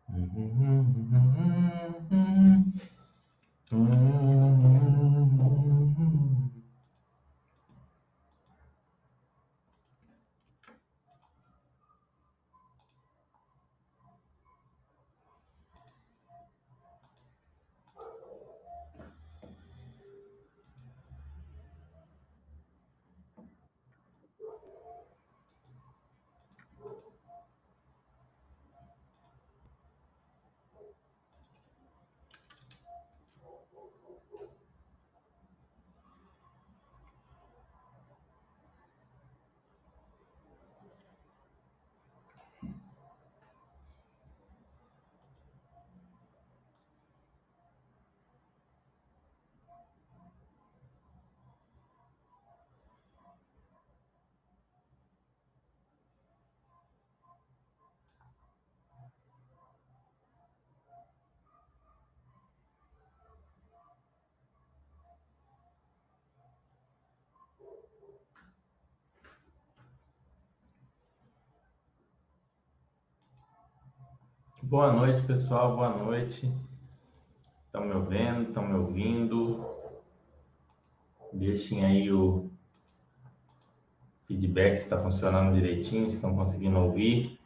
Boa noite, pessoal. Boa noite. Estão me ouvindo? Estão me ouvindo? Deixem aí o feedback se está funcionando direitinho, se estão conseguindo ouvir.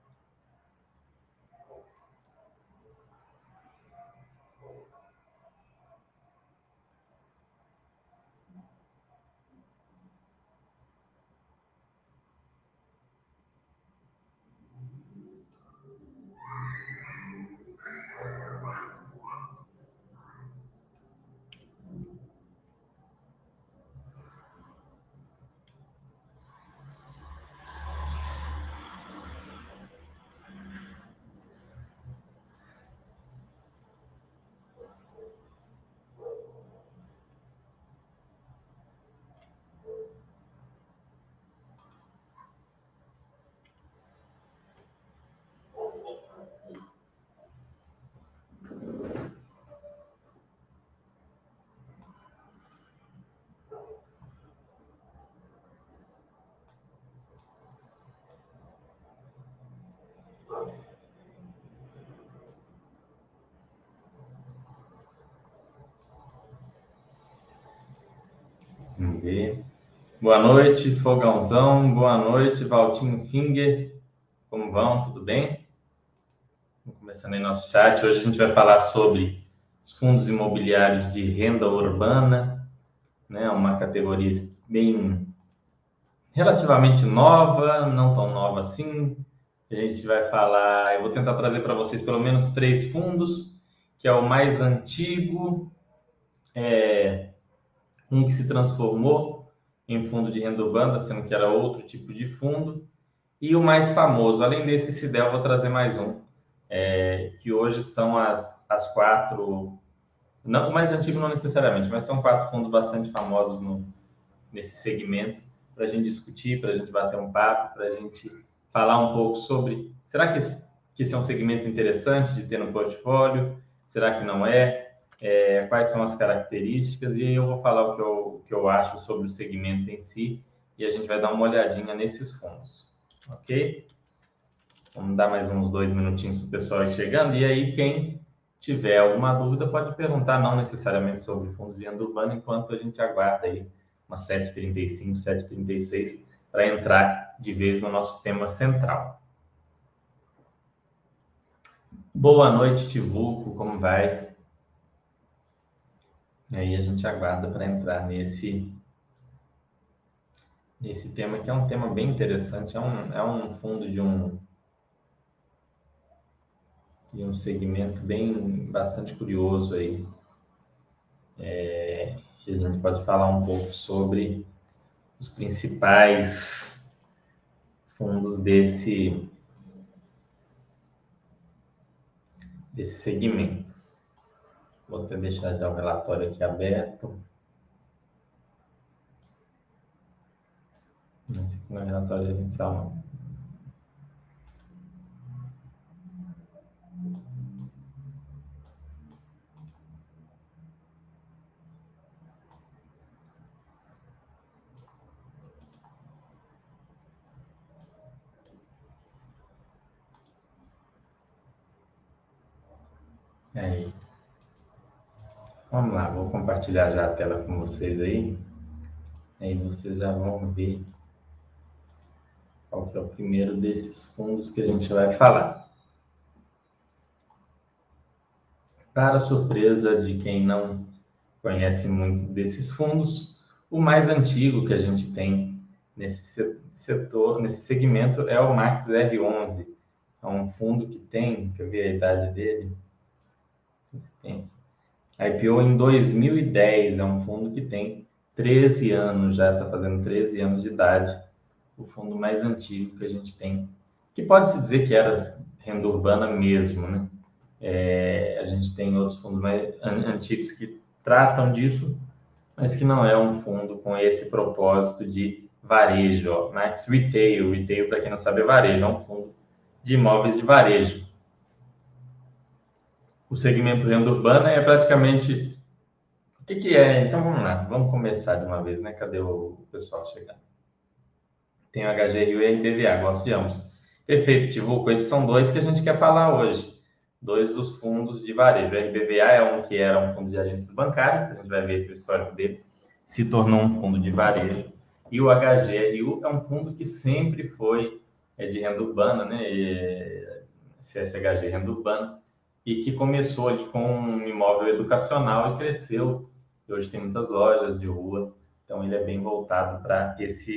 Vamos ver. Boa noite, Fogãozão. Boa noite, Valtinho Finger. Como vão? Tudo bem? Vamos começando aí nosso chat. Hoje a gente vai falar sobre os fundos imobiliários de renda urbana, né? Uma categoria bem relativamente nova, não tão nova assim. A gente vai falar, eu vou tentar trazer para vocês pelo menos 3 fundos, que é o mais antigo, um que se transformou em fundo de renda urbana, sendo que era outro tipo de fundo, e o mais famoso. Além desse, se der, eu vou trazer mais um, que hoje são as 4, não, o mais antigo não necessariamente, mas são 4 fundos bastante famosos nesse segmento, para a gente discutir, para a gente bater um papo, para a gente falar um pouco sobre, será que esse é um segmento interessante de ter no portfólio? Será que não é? Quais são as características? E aí eu vou falar o que eu acho sobre o segmento em si, e a gente vai dar uma olhadinha nesses fundos, ok? Vamos dar mais uns 2 minutinhos para o pessoal ir chegando, e aí quem tiver alguma dúvida pode perguntar, não necessariamente sobre fundos de renda urbana, enquanto a gente aguarda aí umas 7h35, 7h36, para entrar de vez no nosso tema central. Boa noite, Tivuco, como vai? E aí a gente aguarda para entrar nesse tema, que é um tema bem interessante, é um fundo de um segmento bem bastante curioso aí. E a gente pode falar um pouco sobre os principais fundos desse segmento. Vou até deixar já o relatório aqui aberto. Esse aqui não é relatório inicial, não. Aí, vamos lá, vou compartilhar já a tela com vocês aí. Aí vocês já vão ver qual que é o primeiro desses fundos que a gente vai falar. Para surpresa de quem não conhece muito desses fundos, o mais antigo que a gente tem nesse setor, nesse segmento, é o Max R11. É um fundo que tem, deixa eu ver a idade dele, tem, IPO em 2010, é um fundo que tem 13 anos, já está fazendo 13 anos de idade, o fundo mais antigo que a gente tem, que pode-se dizer que era renda urbana mesmo, né? A gente tem outros fundos mais antigos que tratam disso, mas que não é um fundo com esse propósito de varejo. Ó. Max Retail, Retail, para quem não sabe, é varejo, é um fundo de imóveis de varejo. O segmento renda urbana é praticamente... O que, que é? Então vamos lá, vamos começar de uma vez, né? Cadê o pessoal chegando? Tem o HGRU e o RBVA, gosto de ambos. Perfeito, Tivuco, esses são dois que a gente quer falar hoje. Dois dos fundos de varejo. O RBVA é um que era um fundo de agências bancárias, a gente vai ver que o histórico dele se tornou um fundo de varejo. E o HGRU é um fundo que sempre foi de renda urbana, né? CSHG renda urbana, e que começou ali com um imóvel educacional e cresceu. E hoje tem muitas lojas de rua, então ele é bem voltado para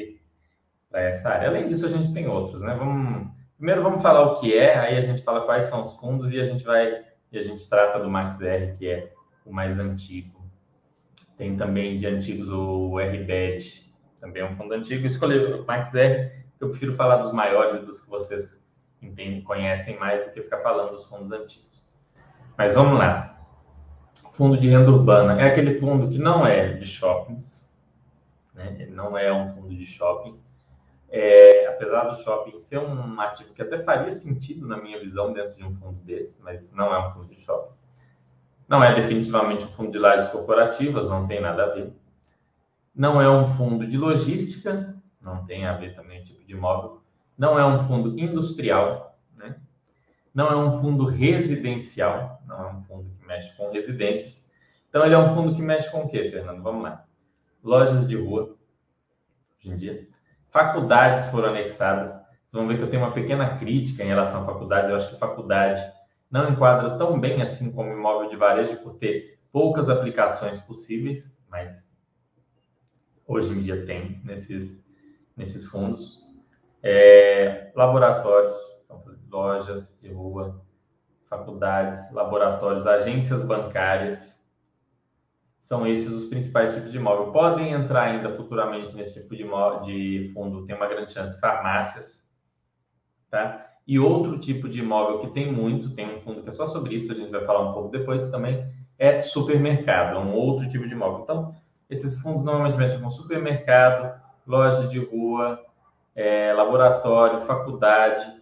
essa área. Além disso, a gente tem outros, né? Primeiro vamos falar o que é, aí a gente fala quais são os fundos e a gente trata do Max R, que é o mais antigo. Tem também de antigos o RBED, também é um fundo antigo. Escolhi o Max R, eu prefiro falar dos maiores, dos que vocês entendem, conhecem mais do que ficar falando dos fundos antigos. Mas vamos lá. Fundo de renda urbana é aquele fundo que não é de shoppings, né? Ele não é um fundo de shopping. Apesar do shopping ser um ativo que até faria sentido na minha visão dentro de um fundo desse, mas não é um fundo de shopping. Não é definitivamente um fundo de lajes corporativas, não tem nada a ver. Não é um fundo de logística, não tem a ver também o tipo de imóvel. Não é um fundo industrial, né? Não é um fundo residencial, não é um fundo que mexe com residências. Então, ele é um fundo que mexe com o quê, Fernando? Vamos lá. Lojas de rua, hoje em dia. Faculdades foram anexadas. Vocês vão ver que eu tenho uma pequena crítica em relação a faculdades. Eu acho que faculdade não enquadra tão bem assim como imóvel de varejo por ter poucas aplicações possíveis, mas hoje em dia tem nesses fundos. Laboratórios, lojas de rua, faculdades, laboratórios, agências bancárias, são esses os principais tipos de imóvel. Podem entrar ainda futuramente nesse tipo de fundo, tem uma grande chance, farmácias, tá? E outro tipo de imóvel que tem muito, tem um fundo que é só sobre isso, a gente vai falar um pouco depois também, é supermercado, é um outro tipo de imóvel. Então, esses fundos normalmente mexem com supermercado, loja de rua, laboratório, faculdade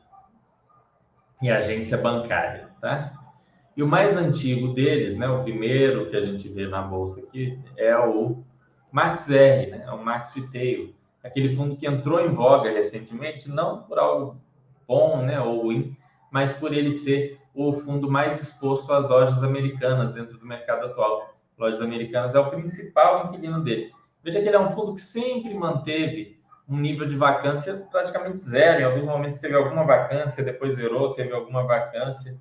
e agência bancária, tá? E o mais antigo deles, né, o primeiro que a gente vê na bolsa aqui, é o Max R, né, é o Max Retail, aquele fundo que entrou em voga recentemente, não por algo bom, né, ou ruim, mas por ele ser o fundo mais exposto às lojas americanas dentro do mercado atual. Lojas americanas é o principal inquilino dele. Veja que ele é um fundo que sempre manteve um nível de vacância praticamente zero. Em alguns momentos teve alguma vacância, depois zerou, teve alguma vacância.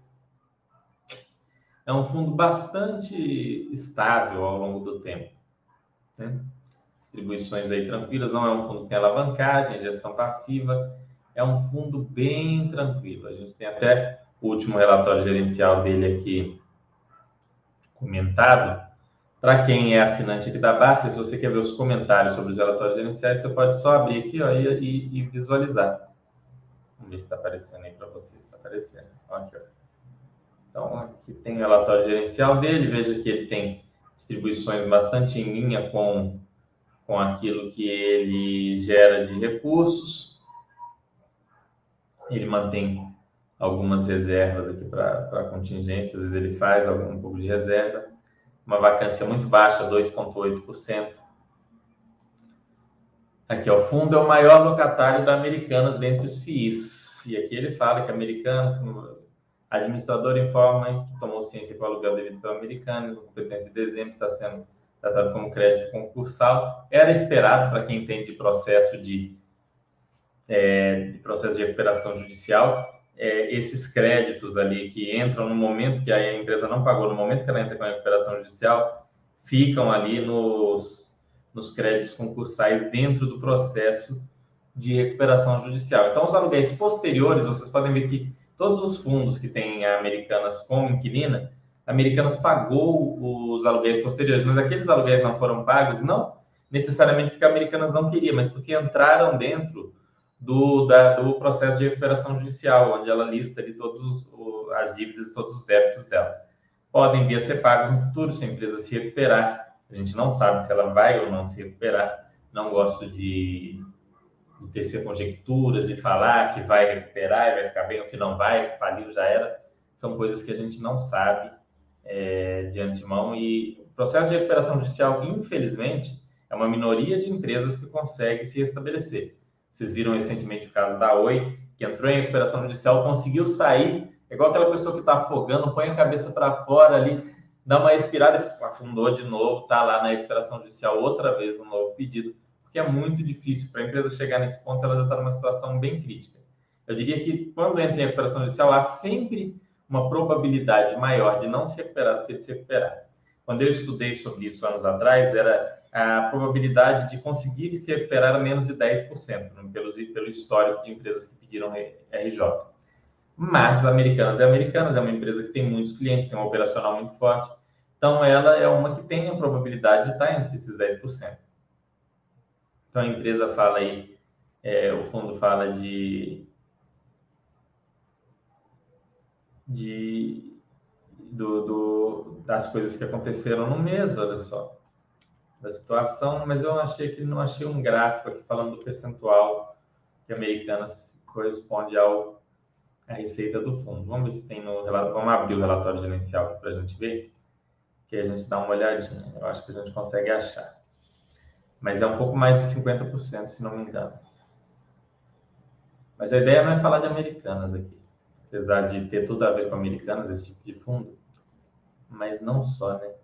É um fundo bastante estável ao longo do tempo, né? Distribuições aí tranquilas, não é um fundo que tem alavancagem, gestão passiva, é um fundo bem tranquilo. A gente tem até o último relatório gerencial dele aqui comentado. Para quem é assinante aqui da Basta, se você quer ver os comentários sobre os relatórios gerenciais, você pode só abrir aqui, ó, e visualizar. Vamos ver se está aparecendo aí para vocês. Está aparecendo. Aqui, ó. Então, aqui tem o relatório gerencial dele. Veja que ele tem distribuições bastante em linha com aquilo que ele gera de recursos. Ele mantém algumas reservas aqui para contingência. Às vezes ele faz um pouco de reserva. Uma vacância muito baixa, 2,8%. Aqui, ó, o fundo é o maior locatário da Americanas dentre os FIIs. E aqui ele fala que a Americanas A administradora informa que tomou ciência que o aluguel devido pela Americanas, com competência de dezembro, está sendo tratado como crédito concursal. Era esperado, para quem entende de processo de recuperação judicial, esses créditos ali que entram no momento que a empresa não pagou, no momento que ela entra com a recuperação judicial, ficam ali nos créditos concursais dentro do processo de recuperação judicial. Então, os aluguéis posteriores, vocês podem ver que todos os fundos que tem a Americanas como inquilina, a Americanas pagou os aluguéis posteriores, mas aqueles aluguéis não foram pagos, não necessariamente porque a Americanas não queria, mas porque entraram dentro do processo de recuperação judicial, onde ela lista ali as dívidas e todos os débitos dela. Podem vir a ser pagos no futuro, se a empresa se recuperar. A gente não sabe se ela vai ou não se recuperar. Não gosto de tecer conjecturas, de falar que vai recuperar e vai ficar bem, ou que não vai, que faliu, já era. São coisas que a gente não sabe de antemão. E o processo de recuperação judicial, infelizmente, é uma minoria de empresas que consegue se restabelecer. Vocês viram recentemente o caso da Oi, que entrou em recuperação judicial, conseguiu sair, é igual aquela pessoa que está afogando, põe a cabeça para fora ali, dá uma respirada e afundou de novo, está lá na recuperação judicial outra vez, um novo pedido, porque é muito difícil para a empresa chegar nesse ponto, ela já está numa situação bem crítica. Eu diria que quando entra em recuperação judicial, há sempre uma probabilidade maior de não se recuperar do que de se recuperar. Quando eu estudei sobre isso anos atrás, era a probabilidade de conseguir se recuperar a menos de 10%, pelo histórico de empresas que pediram RJ. Mas Americanas é uma empresa que tem muitos clientes, tem um operacional muito forte, então ela é uma que tem a probabilidade de estar entre esses 10%. Então a empresa fala aí, o fundo fala das coisas que aconteceram no mês, olha só, da situação, mas eu não achei um gráfico aqui falando do percentual que Americanas corresponde à receita do fundo. Vamos ver se tem no relatório. Vamos abrir o relatório gerencial aqui para a gente ver, que a gente dá uma olhadinha. Eu acho que a gente consegue achar. Mas é um pouco mais de 50%, se não me engano. Mas a ideia não é falar de Americanas aqui, apesar de ter tudo a ver com Americanas, esse tipo de fundo, mas não só, né?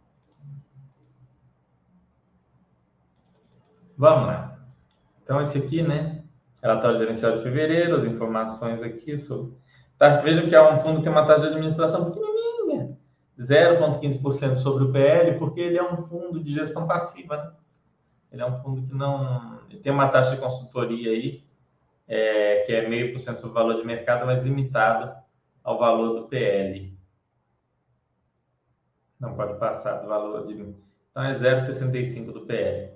Vamos lá. Então, esse aqui, né? Relatório gerencial de fevereiro, as informações aqui sobre... Tá, vejam que é um fundo que tem uma taxa de administração pequenininha, 0,15% sobre o PL, porque ele é um fundo de gestão passiva, né? Ele é um fundo que não... Ele tem uma taxa de consultoria aí, que é 0,5% sobre o valor de mercado, mas limitado ao valor do PL. Não pode passar do valor de... Então, é 0,65 do PL.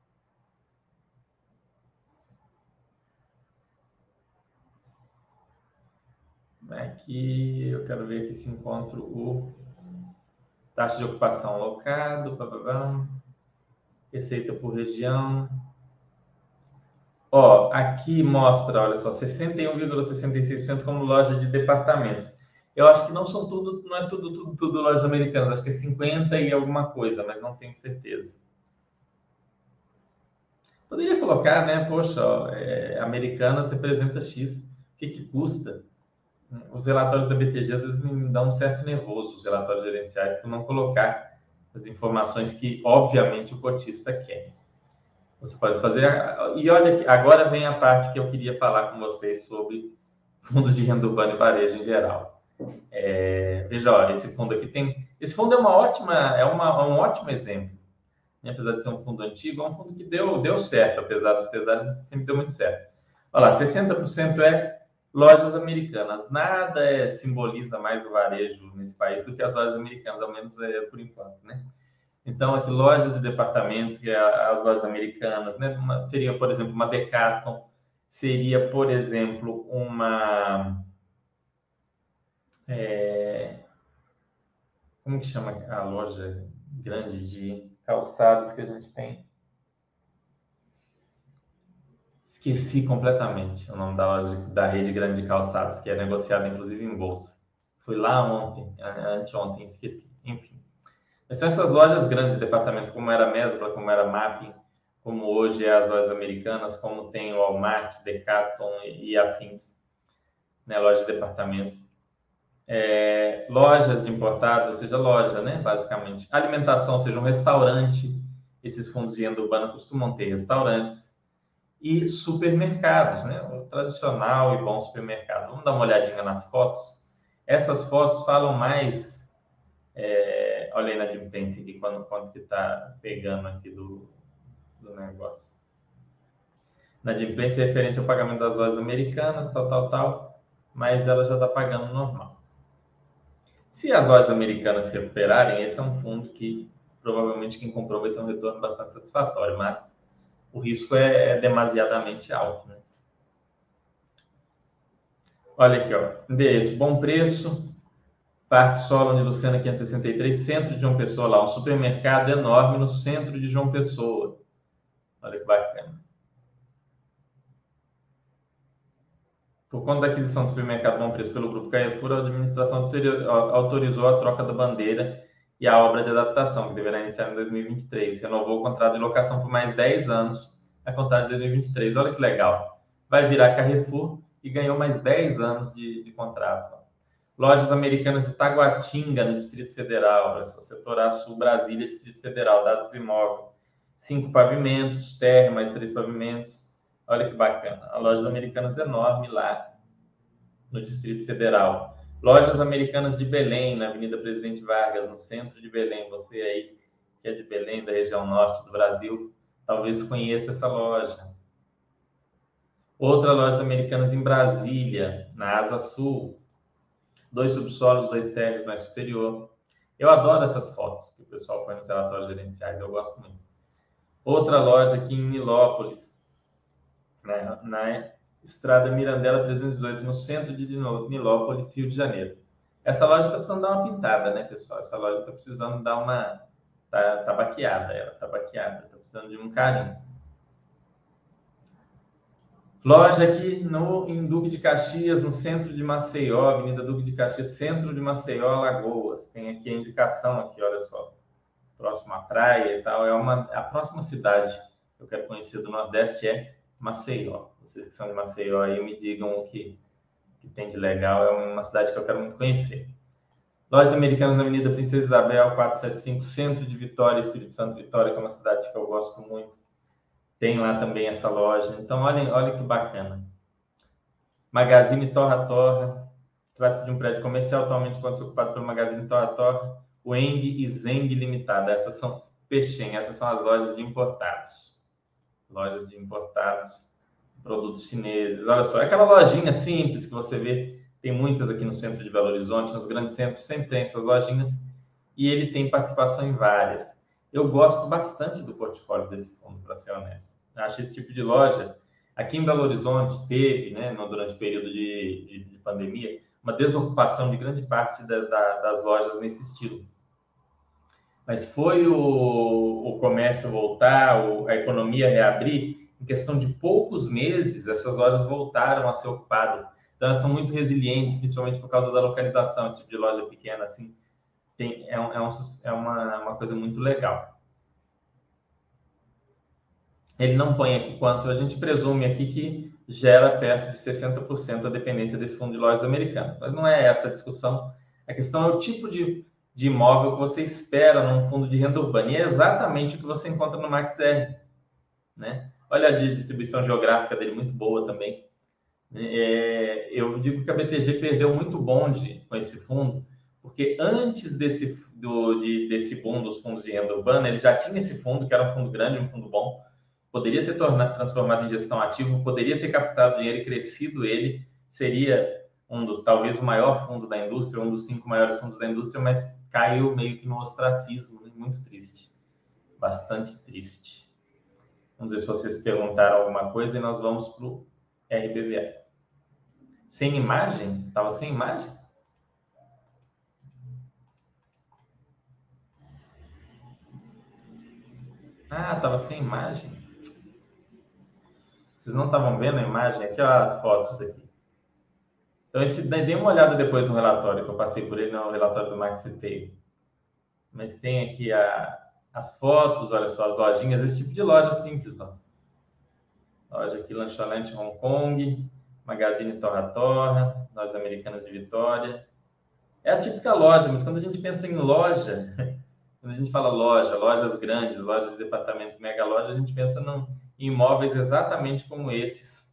Aqui eu quero ver aqui se encontro o taxa de ocupação locado, receita por região. Ó, aqui mostra, olha só, 61,66% como loja de departamentos. Eu acho que não são tudo, não é tudo lojas americanas, acho que é 50 e alguma coisa, mas não tenho certeza. Poderia colocar, né? Poxa, ó, Americanas representa X, o que custa? Os relatórios da BTG às vezes me dão um certo nervoso, os relatórios gerenciais, por não colocar as informações que, obviamente, o cotista quer. Você pode fazer... E olha aqui, agora vem a parte que eu queria falar com vocês sobre fundos de renda urbana e varejo em geral. Veja, olha, esse fundo aqui tem... Esse fundo é um ótimo exemplo. Apesar de ser um fundo antigo, é um fundo que deu certo, apesar dos pesares, sempre deu muito certo. Olha lá, 60% é lojas americanas. Nada simboliza mais o varejo nesse país do que as lojas americanas, ao menos por enquanto, né? Então, aqui, lojas de departamentos, que é as lojas americanas, né? Seria, por exemplo, uma Decathlon, seria, por exemplo, uma... como que chama a loja grande de calçados que a gente tem? Esqueci completamente o nome da loja da rede grande de calçados, que é negociada inclusive em bolsa. Fui lá ontem, anteontem, esqueci. Enfim. Mas são essas lojas grandes de departamento, como era a Mesbla, como era a Mapping, como hoje é as lojas americanas, como tem o Walmart, Decathlon e afins, né, lojas de departamentos. lojas de importados, ou seja, loja, né, basicamente. Alimentação, ou seja, um restaurante. Esses fundos de renda urbana costumam ter restaurantes. E supermercados, né, o tradicional e bom supermercado. Vamos dar uma olhadinha nas fotos. Essas fotos falam mais... olha aí na adimplência aqui, quanto que está pegando aqui do negócio. Na adimplência referente ao pagamento das lojas americanas, tal, mas ela já está pagando normal. Se as lojas americanas se recuperarem, esse é um fundo que provavelmente quem comprou vai ter um retorno bastante satisfatório, mas o risco é demasiadamente alto, né? Olha aqui, ó, endereço, bom preço, Parque Solon de Lucena 563, centro de João Pessoa, lá, um supermercado enorme no centro de João Pessoa. Olha que bacana. Por conta da aquisição do supermercado Bom Preço pelo Grupo Carrefour, a administração autorizou a troca da bandeira e a obra de adaptação, que deverá iniciar em 2023. Renovou o contrato de locação por mais 10 anos, a contar de 2023. Olha que legal. Vai virar Carrefour e ganhou mais 10 anos de contrato. Lojas Americanas de Taguatinga, no Distrito Federal, essa setor sul Brasília, Distrito Federal, dados do imóvel. 5 pavimentos, térreo, mais 3 pavimentos. Olha que bacana. A Lojas Americanas é enorme lá no Distrito Federal. Lojas Americanas de Belém, na Avenida Presidente Vargas, no centro de Belém. Você aí que é de Belém, da região norte do Brasil, talvez conheça essa loja. Outra Lojas Americanas em Brasília, na Asa Sul. 2 subsolos, 2 térreos mais superior. Eu adoro essas fotos que o pessoal põe nos relatórios gerenciais, eu gosto muito. Outra loja aqui em Nilópolis, na Estrada Mirandela 318, no centro de Nilópolis, Rio de Janeiro. Essa loja está precisando dar uma pintada, né, pessoal? Essa loja está precisando dar uma... Tá baqueada, ela tá baqueada, tá precisando de um carinho. Loja aqui em Duque de Caxias, no centro de Maceió, Avenida Duque de Caxias, centro de Maceió, Alagoas. Tem aqui a indicação aqui, olha só. Próximo à praia e tal. A próxima cidade que eu quero conhecer do Nordeste é Maceió. Vocês que são de Maceió aí me digam o que tem de legal. É uma cidade que eu quero muito conhecer. Lojas Americanas na Avenida Princesa Isabel, 475, centro de Vitória, Espírito Santo, Vitória, que é uma cidade que eu gosto muito. Tem lá também essa loja. Então, olha que bacana. Magazine Torra Torra. Trata-se de um prédio comercial atualmente ocupado pelo Magazine Torra Torra, Weng e Zeng Limitada. Essas são Pechem, essas são as lojas de importados. Lojas de importados, produtos chineses. Olha só, é aquela lojinha simples que você vê, tem muitas aqui no centro de Belo Horizonte, nos grandes centros, sempre tem essas lojinhas, e ele tem participação em várias. Eu gosto bastante do portfólio desse fundo, para ser honesto. Acho esse tipo de loja... Aqui em Belo Horizonte teve, né, durante o período de pandemia, uma desocupação de grande parte das lojas nesse estilo. Mas foi o comércio voltar, a economia reabrir, em questão de poucos meses, essas lojas voltaram a ser ocupadas. Então, elas são muito resilientes, principalmente por causa da localização. Esse tipo de loja pequena, assim, é uma coisa muito legal. Ele não põe aqui quanto, a gente presume aqui que gera perto de 60% a dependência desse fundo de lojas americanas. Mas não é essa a discussão. A questão é o tipo de imóvel que você espera num fundo de renda urbana. E é exatamente o que você encontra no MaxR. Né? Olha a distribuição geográfica dele, muito boa também. Eu digo que a BTG perdeu muito bonde com esse fundo, porque antes desse boom dos fundos de renda urbana, ele já tinha esse fundo, que era um fundo grande, um fundo bom, poderia ter transformado em gestão ativa, poderia ter captado dinheiro e crescido ele, seria talvez o maior fundo da indústria, um dos 5 maiores fundos da indústria, mas caiu meio que no ostracismo, né? Muito triste, bastante triste. Vamos ver se vocês perguntaram alguma coisa e nós vamos para o RBVA. Sem imagem? Estava sem imagem? Ah, estava sem imagem. Vocês não estavam vendo a imagem? Aqui, ó, as fotos aqui. Então, dê uma olhada depois no relatório, que eu passei por ele, no relatório do Max Citeiro. Mas tem aqui as fotos, olha só, as lojinhas, esse tipo de loja simples, ó. Loja aqui, Lanchonete Hong Kong, Magazine Torra Torra, Lojas Americanas de Vitória. É a típica loja, mas quando a gente pensa em loja, quando a gente fala loja, lojas grandes, lojas de departamento, mega loja, a gente pensa em imóveis exatamente como esses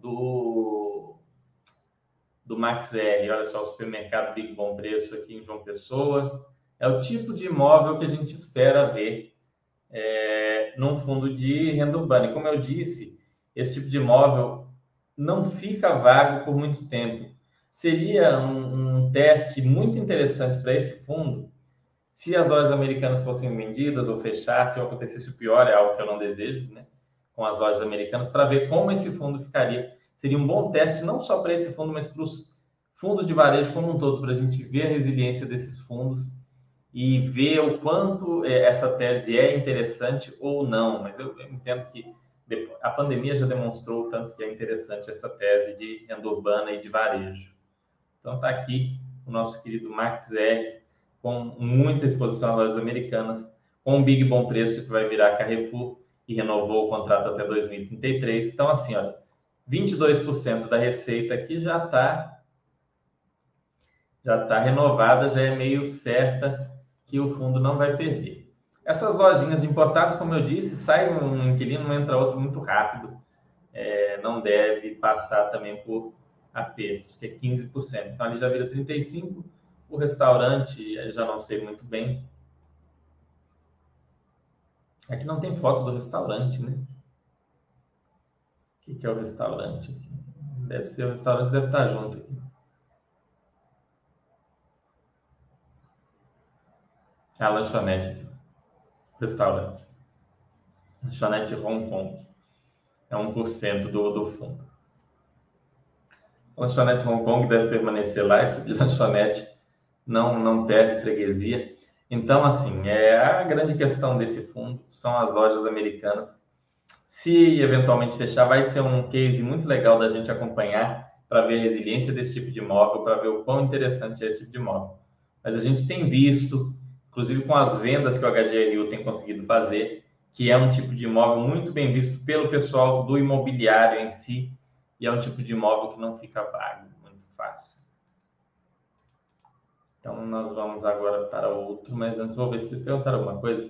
do Max R. Olha só, o supermercado Big Bom Preço aqui em João Pessoa. É o tipo de imóvel que a gente espera ver num fundo de renda urbana. E como eu disse, esse tipo de imóvel não fica vago por muito tempo. Seria um teste muito interessante para esse fundo se as lojas americanas fossem vendidas ou fechassem, ou acontecesse o pior, é algo que eu não desejo, né? Com as lojas americanas, para ver como esse fundo ficaria. Seria um bom teste, não só para esse fundo, mas para os fundos de varejo como um todo, para a gente ver a resiliência desses fundos e ver o quanto essa tese é interessante ou não. Mas eu entendo que a pandemia já demonstrou o tanto que é interessante essa tese de renda urbana e de varejo. Então está aqui o nosso querido Max R, com muita exposição às lojas americanas, com um Big Bom Preço que vai virar Carrefour e renovou o contrato até 2033. Então, assim, olha, 22% da receita aqui já tá renovada, já é meio certa que o fundo não vai perder. Essas lojinhas de importados, como eu disse, sai um inquilino, entra outro muito rápido. Não deve passar também por apertos, que é 15%. Então, ali já vira 35%. O restaurante, já não sei muito bem. Aqui não tem foto do restaurante, né? O que é o restaurante aqui? Deve ser o restaurante, deve estar junto aqui. É a lanchonete aqui. Restaurante. Lanchonete Hong Kong. É 1% do fundo. A lanchonete Hong Kong deve permanecer lá. Esse tipo de lanchonete não perde freguesia. Então, assim, a grande questão desse fundo são as lojas americanas. Se eventualmente fechar, vai ser um case muito legal da gente acompanhar para ver a resiliência desse tipo de imóvel, para ver o quão interessante é esse tipo de imóvel. Mas a gente tem visto, inclusive com as vendas que o HGLU tem conseguido fazer, que é um tipo de imóvel muito bem visto pelo pessoal do imobiliário em si, e é um tipo de imóvel que não fica vago, muito fácil. Então, nós vamos agora para outro, mas antes vou ver se vocês perguntaram alguma coisa.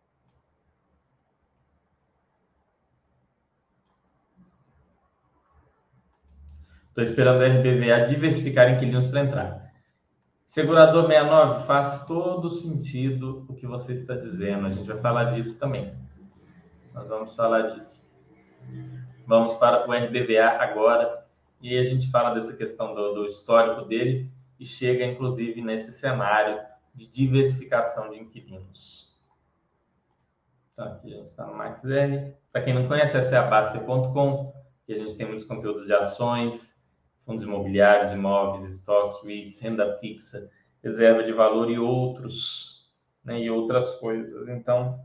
Estou esperando a RBVA diversificar inquilinos para entrar. Segurador 69, faz todo sentido o que você está dizendo. A gente vai falar disso também. Nós vamos falar disso. Vamos para o RBVA agora e a gente fala dessa questão do histórico dele e chega, inclusive, nesse cenário de diversificação de inquilinos. Então, aqui a gente está no MaxR. Para quem não conhece, essa é a Baster.com, que a gente tem muitos conteúdos de ações, fundos imobiliários, imóveis, estoques, REITs, renda fixa, reserva de valor e outros, né, e outras coisas. Então,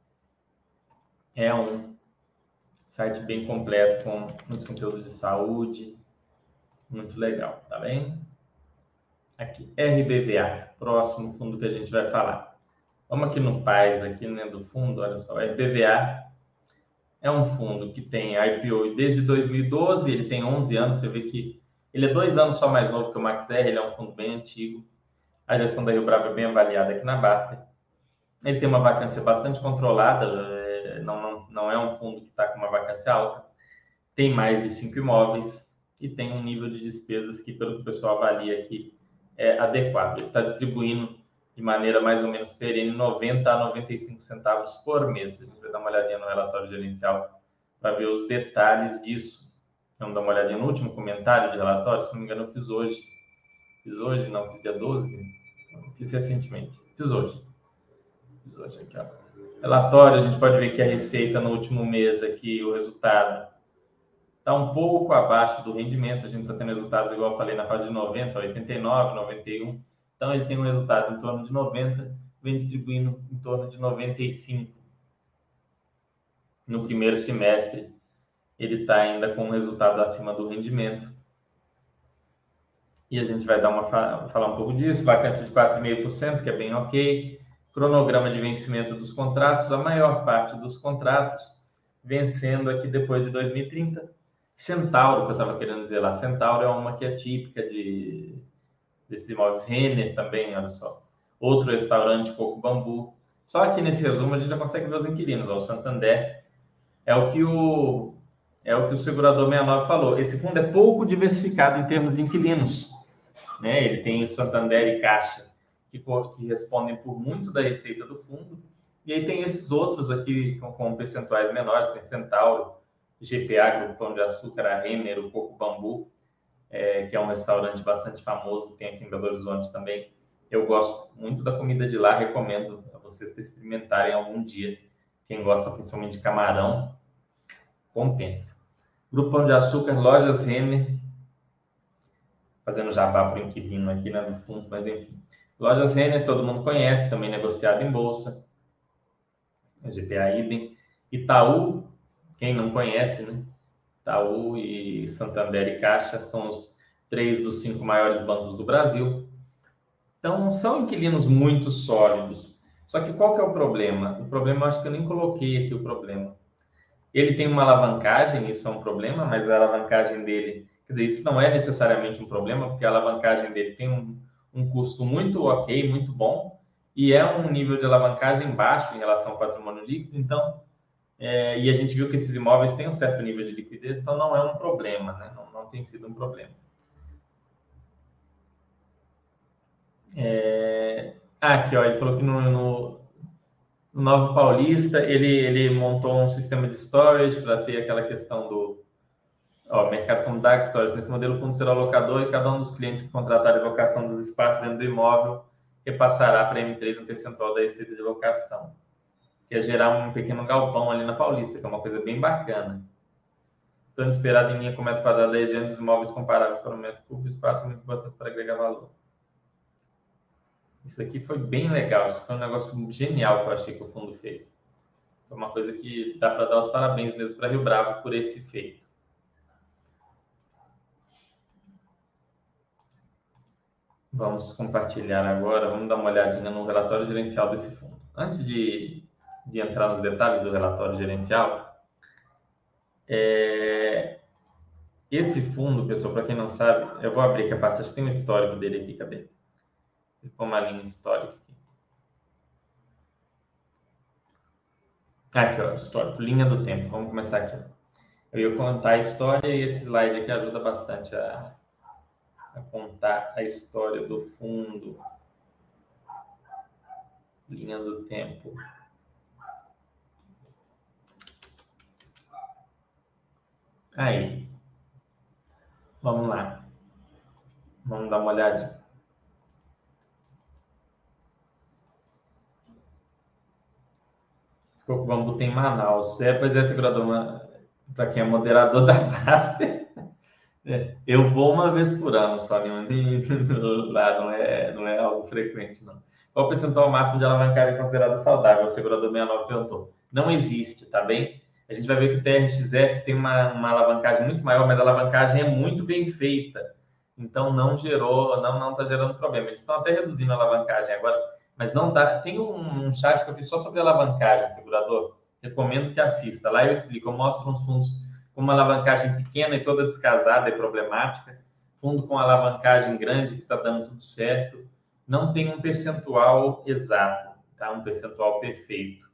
é um site bem completo, com muitos conteúdos de saúde, muito legal, tá bem? Aqui, RBVA, próximo fundo que a gente vai falar. Vamos aqui no PAIS, aqui, né, do fundo, olha só, RBVA é um fundo que tem IPO desde 2012, ele tem 11 anos, você vê que ele é 2 anos só mais novo que o MaxR, ele é um fundo bem antigo. A gestão da Rio Bravo é bem avaliada aqui na Baster. Ele tem uma vacância bastante controlada, não é um fundo que está com uma vacância alta. Tem mais de 5 imóveis e tem um nível de despesas que, pelo que o pessoal avalia aqui, é adequado. Ele está distribuindo de maneira mais ou menos perene 90 a 95 centavos por mês. A gente vai dar uma olhadinha no relatório gerencial para ver os detalhes disso. Vamos dar uma olhadinha no último comentário de relatório, se não me engano eu fiz hoje. Não, fiz dia 12. Fiz recentemente. Fiz hoje aqui, ó. Relatório, a gente pode ver que a receita no último mês aqui, o resultado está um pouco abaixo do rendimento. A gente está tendo resultados, igual eu falei, na fase de 90, 89, 91. Então, ele tem um resultado em torno de 90, vem distribuindo em torno de 95. No primeiro semestre, ele está ainda com um resultado acima do rendimento. E a gente vai falar um pouco disso. Vacância de 4,5%, que é bem ok. Cronograma de vencimento dos contratos, a maior parte dos contratos vencendo aqui depois de 2030. Centauro, que eu estava querendo dizer lá. Centauro é uma que é típica desses imóveis. Renner também, olha só. Outro restaurante, Coco Bambu. Só aqui nesse resumo a gente já consegue ver os inquilinos. Ó, o Santander é o que o segurador 69 falou. Esse fundo é pouco diversificado em termos de inquilinos, né? Ele tem o Santander e Caixa, que respondem por muito da receita do fundo. E aí tem esses outros aqui com percentuais menores, tem Centauro, GPA, Grupo Pão de Açúcar, a Renner, o Coco Bambu, que é um restaurante bastante famoso, tem aqui em Belo Horizonte também. Eu gosto muito da comida de lá, recomendo a vocês experimentarem algum dia. Quem gosta principalmente de camarão, compensa. Grupo Pão de Açúcar, Lojas Renner, fazendo jabá para o inquilino aqui, né, no fundo, mas enfim. Lojas Renner, todo mundo conhece, também negociado em bolsa. GPA Idem. Itaú, quem não conhece, né? Itaú e Santander e Caixa são os 3 dos 5 maiores bancos do Brasil. Então, são inquilinos muito sólidos. Só que qual que é o problema? O problema, eu acho que eu nem coloquei aqui o problema. Ele tem uma alavancagem, isso é um problema, mas a alavancagem dele... Quer dizer, isso não é necessariamente um problema, porque a alavancagem dele tem um custo muito ok, muito bom, e é um nível de alavancagem baixo em relação ao patrimônio líquido, então... e a gente viu que esses imóveis têm um certo nível de liquidez, então não é um problema, né? Não tem sido um problema. Aqui, ó, ele falou que no Nova Paulista ele montou um sistema de storage para ter aquela questão do mercado como dark storage. Nesse modelo, o fundo será locador e cada um dos clientes que contratarem a locação dos espaços dentro do imóvel repassará para a M3 um percentual da receita de locação, que é gerar um pequeno galpão ali na Paulista, que é uma coisa bem bacana. Tanto esperado em linha com metro quadrado da região dos imóveis comparáveis para o metro cúbico, espaço é muito importante para agregar valor. Isso aqui foi bem legal, isso foi um negócio genial que eu achei que o fundo fez. Foi uma coisa que dá para dar os parabéns mesmo para Rio Bravo por esse feito. Vamos compartilhar agora, vamos dar uma olhadinha no relatório gerencial desse fundo. Antes de entrar nos detalhes do relatório gerencial, esse fundo, pessoal, para quem não sabe, eu vou abrir aqui a parte, acho que tem um histórico dele aqui, cadê? Ficou uma linha histórica aqui. Aqui, ó, histórico, linha do tempo. Vamos começar aqui. Eu ia contar a história e esse slide aqui ajuda bastante a contar a história do fundo. Linha do tempo. Aí. Vamos lá. Vamos dar uma olhadinha. Coco Bambu tem Manaus. Pois é, segurador, para quem é moderador da base, eu vou uma vez por ano só, lá não é algo frequente, não. Qual o percentual máximo de alavancagem considerado saudável? O segurador 69 perguntou. Não existe, tá bem? A gente vai ver que o TRXF tem uma alavancagem muito maior, mas a alavancagem é muito bem feita. Então não está gerando problema. Eles estão até reduzindo a alavancagem agora, mas não dá. Tem um chat que eu fiz só sobre alavancagem, segurador. Recomendo que assista. Lá eu explico, eu mostro uns fundos com uma alavancagem pequena e toda descasada e problemática, fundo com alavancagem grande que está dando tudo certo. Não tem um percentual exato, tá? Um percentual perfeito.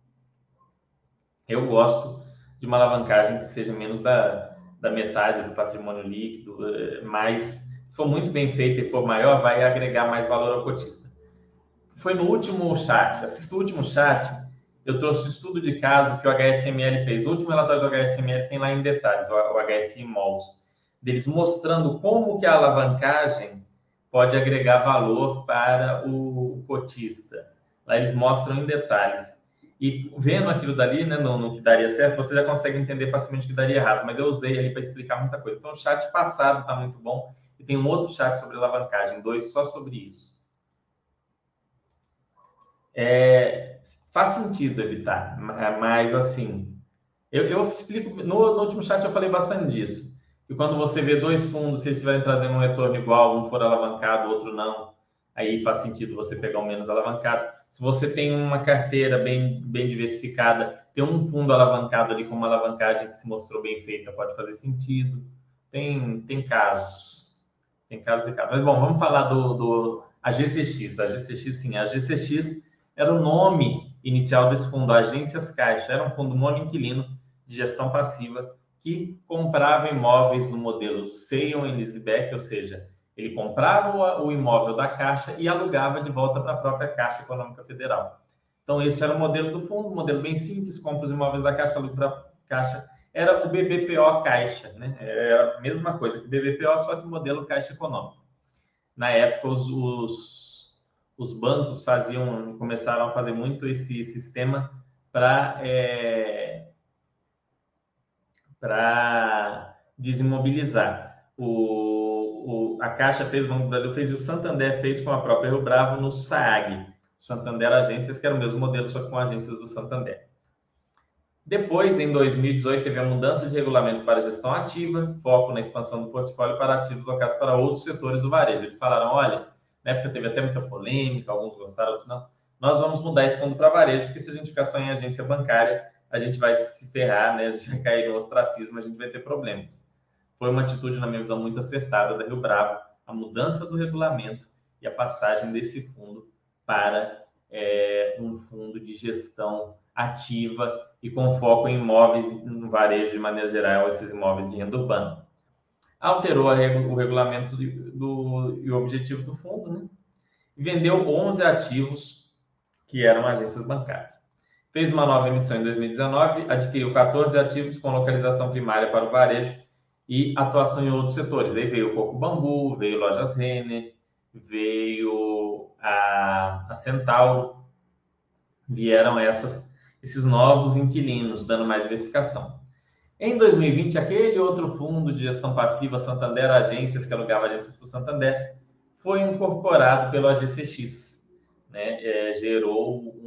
Eu gosto de uma alavancagem que seja menos da metade do patrimônio líquido, mas se for muito bem feita e for maior, vai agregar mais valor ao cotista. Foi no último chat, assista o último chat, eu trouxe o estudo de caso que o HSML fez. O último relatório do HSML tem lá em detalhes, o HSI Malls, deles mostrando como que a alavancagem pode agregar valor para o cotista. Lá eles mostram em detalhes. E vendo aquilo dali, né, no que daria certo, você já consegue entender facilmente o que daria errado. Mas eu usei ali para explicar muita coisa. Então, o chat passado está muito bom. E tem um outro chat sobre alavancagem, 2 só sobre isso. Faz sentido evitar, mas assim, eu explico, no último chat eu falei bastante disso, que quando você vê dois fundos, se eles estiverem trazendo um retorno igual, um for alavancado, o outro não, aí faz sentido você pegar um menos alavancado. Se você tem uma carteira bem diversificada, ter um fundo alavancado ali com uma alavancagem que se mostrou bem feita pode fazer sentido. Tem casos. Tem casos e casos. Mas, bom, vamos falar a GCX. A GCX, sim. A GCX era o nome inicial desse fundo, Agências Caixa. Era um fundo monoinquilino de gestão passiva que comprava imóveis no modelo sale and leaseback, ou seja, ele comprava o imóvel da Caixa e alugava de volta para a própria Caixa Econômica Federal. Então, esse era o modelo do fundo, um modelo bem simples, compra os imóveis da Caixa, aluga para a Caixa. Era o BBPO Caixa, né? Era a mesma coisa que o BBPO, só que modelo Caixa Econômica. Na época, os bancos começaram a fazer muito esse sistema para desimobilizar. A Caixa fez, o Banco do Brasil fez e o Santander fez com a própria Rio Bravo no SAAG, Santander Agências, que era o mesmo modelo, só que com agências do Santander. Depois, em 2018, teve a mudança de regulamento para a gestão ativa, foco na expansão do portfólio para ativos locados para outros setores do varejo. Eles falaram, olha, na época teve até muita polêmica, alguns gostaram, outros não. Nós vamos mudar esse fundo para varejo, porque se a gente ficar só em agência bancária, a gente vai se ferrar, né? A gente vai cair no ostracismo, a gente vai ter problemas. Foi uma atitude, na minha visão, muito acertada da Rio Bravo, a mudança do regulamento e a passagem desse fundo para um fundo de gestão ativa e com foco em imóveis, no varejo de maneira geral, esses imóveis de renda urbana. Alterou o regulamento e o objetivo do fundo, né? E vendeu 11 ativos que eram agências bancárias. Fez uma nova emissão em 2019, adquiriu 14 ativos com localização primária para o varejo e atuação em outros setores. Aí veio o Coco Bambu, veio Lojas Renner, veio a Centauro, vieram esses novos inquilinos, dando mais diversificação. Em 2020, aquele outro fundo de gestão passiva, Santander Agências, que alugava agências para o Santander, foi incorporado pelo AGCX, né? Gerou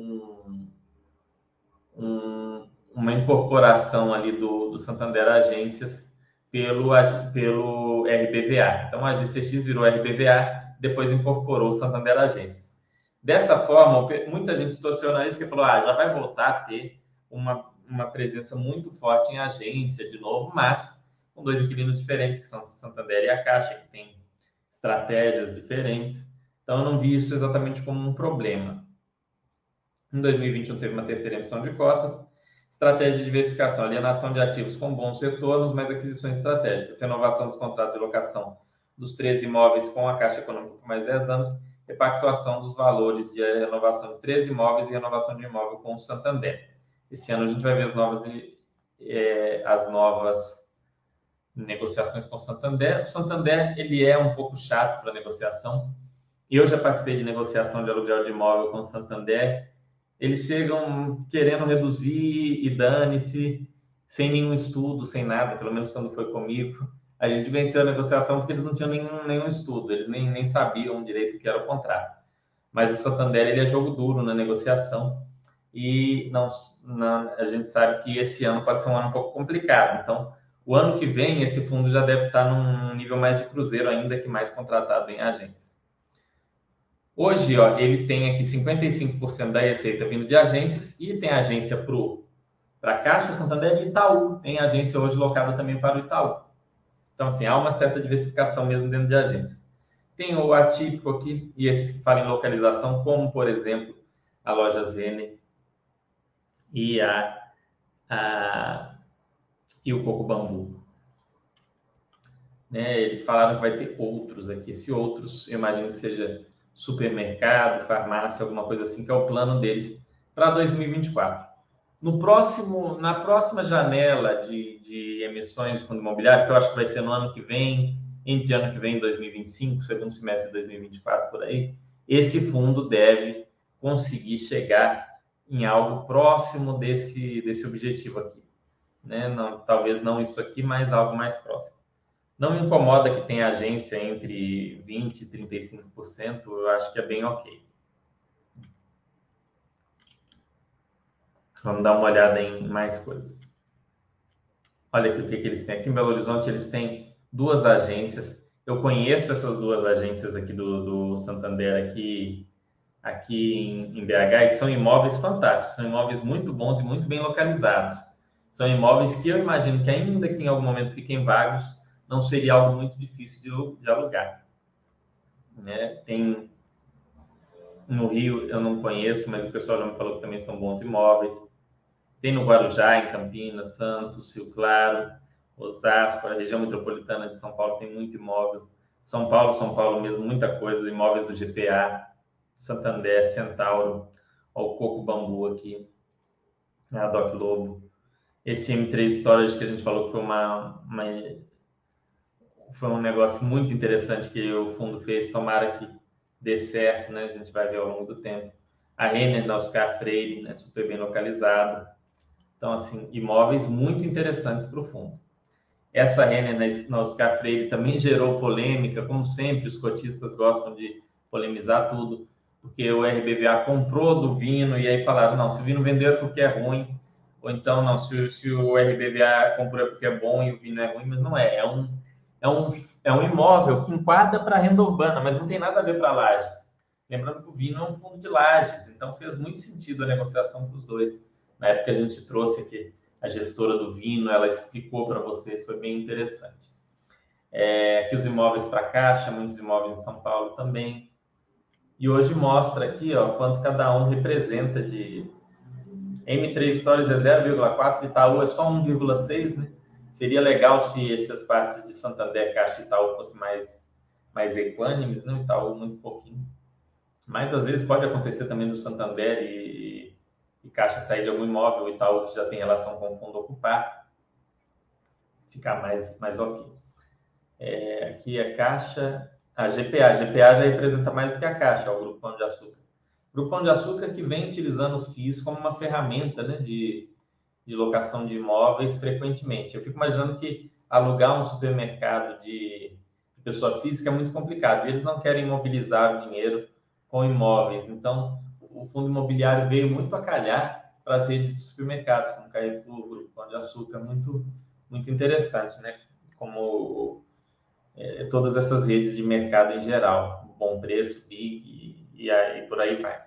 uma incorporação ali do Santander Agências pelo RBVA. Então, a AGCX virou RBVA, depois incorporou o Santander Agências. Dessa forma, muita gente torceu o nariz que falou, já vai voltar a ter uma presença muito forte em agência de novo, mas com dois inquilinos diferentes, que são o Santander e a Caixa, que tem estratégias diferentes. Então, eu não vi isso exatamente como um problema. Em 2021, teve uma terceira emissão de cotas, estratégia de diversificação, alienação de ativos com bons retornos, mas aquisições estratégicas, renovação dos contratos de locação dos 13 imóveis com a Caixa Econômica por mais 10 anos, repactuação dos valores de renovação de 13 imóveis e renovação de imóvel com o Santander. Esse ano a gente vai ver as novas negociações com o Santander. O Santander, ele é um pouco chato para negociação. Eu já participei de negociação de aluguel de imóvel com o Santander. Eles chegam querendo reduzir e dane-se, sem nenhum estudo, sem nada, pelo menos quando foi comigo. A gente venceu a negociação porque eles não tinham nenhum estudo, eles nem sabiam direito o que era o contrato. Mas o Santander, ele é jogo duro na negociação e a gente sabe que esse ano pode ser um ano um pouco complicado. Então, o ano que vem, esse fundo já deve estar num nível mais de cruzeiro ainda, que mais contratado em agências. Hoje, ele tem aqui 55% da receita vindo de agências e tem agência para a Caixa, Santander e Itaú. Tem agência hoje locada também para o Itaú. Então, assim, há uma certa diversificação mesmo dentro de agências. Tem o atípico aqui e esses que falam em localização, como, por exemplo, a Lojas Renner e o Coco Bambu. Né? Eles falaram que vai ter outros aqui. Esse outros, eu imagino que seja supermercado, farmácia, alguma coisa assim, que é o plano deles para 2024. Na próxima janela de emissões de fundo imobiliário, que eu acho que vai ser no ano que vem, entre ano que vem e 2025, segundo semestre de 2024, por aí, esse fundo deve conseguir chegar em algo próximo desse objetivo aqui. Né? Não, talvez não isso aqui, mas algo mais próximo. Não me incomoda que tenha agência entre 20% e 35%, eu acho que é bem ok. Vamos dar uma olhada em mais coisas. Olha aqui o que eles têm. Aqui em Belo Horizonte eles têm 2 agências. Eu conheço essas 2 agências aqui do Santander aqui em BH e são imóveis fantásticos. São imóveis muito bons e muito bem localizados. São imóveis que eu imagino que ainda que em algum momento fiquem vagos, não seria algo muito difícil de alugar. né? Tem no Rio, eu não conheço, mas o pessoal já me falou que também são bons imóveis. Tem no Guarujá, em Campinas, Santos, Rio Claro, Osasco, a região metropolitana de São Paulo tem muito imóvel. São Paulo mesmo, muita coisa, imóveis do GPA, Santander, Centauro, ó, o Coco Bambu aqui, a Doc Lobo. Esse M3 Storage que a gente falou que foi um negócio muito interessante que o fundo fez, tomara que dê certo, né? A gente vai ver ao longo do tempo. A Renner da Oscar Freire, né? Super bem localizado. Então, assim, imóveis muito interessantes para o fundo. Essa Renner na Oscar Freire também gerou polêmica, como sempre, os cotistas gostam de polemizar tudo, porque o RBVA comprou do Vino e aí falaram, não, se o Vino vendeu é porque é ruim, ou então, não, se o RBVA comprou é porque é bom e o Vino é ruim, mas não é, é um imóvel que enquadra para renda urbana, mas não tem nada a ver para Lages. Lembrando que o Vino é um fundo de Lages, então fez muito sentido a negociação para os dois. Na época a gente trouxe aqui a gestora do Vino, ela explicou para vocês, foi bem interessante. Que os imóveis para Caixa, muitos imóveis em São Paulo também. E hoje mostra aqui, ó, quanto cada um representa de M3 Stories é 0,4, Itaú é só 1,6, né? Seria legal se essas partes de Santander, Caixa e Itaú fossem mais equânimes, né? Itaú muito pouquinho. Mas às vezes pode acontecer também do Santander e Caixa sair de algum imóvel, o Itaú que já tem relação com o fundo ocupar, ficar mais ok. Aqui é Caixa, a GPA já representa mais do que a Caixa, o Grupo Pão de Açúcar. O Grupo Pão de Açúcar que vem utilizando os FIIs como uma ferramenta, né, de locação de imóveis frequentemente. Eu fico imaginando que alugar um supermercado de pessoa física é muito complicado. Eles não querem mobilizar o dinheiro com imóveis. Então, o fundo imobiliário veio muito a calhar para as redes de supermercados, como Carrefour, Grupo Pão de Açúcar, muito, muito interessante, né? Como todas essas redes de mercado em geral. Bom Preço, Big e aí por aí vai.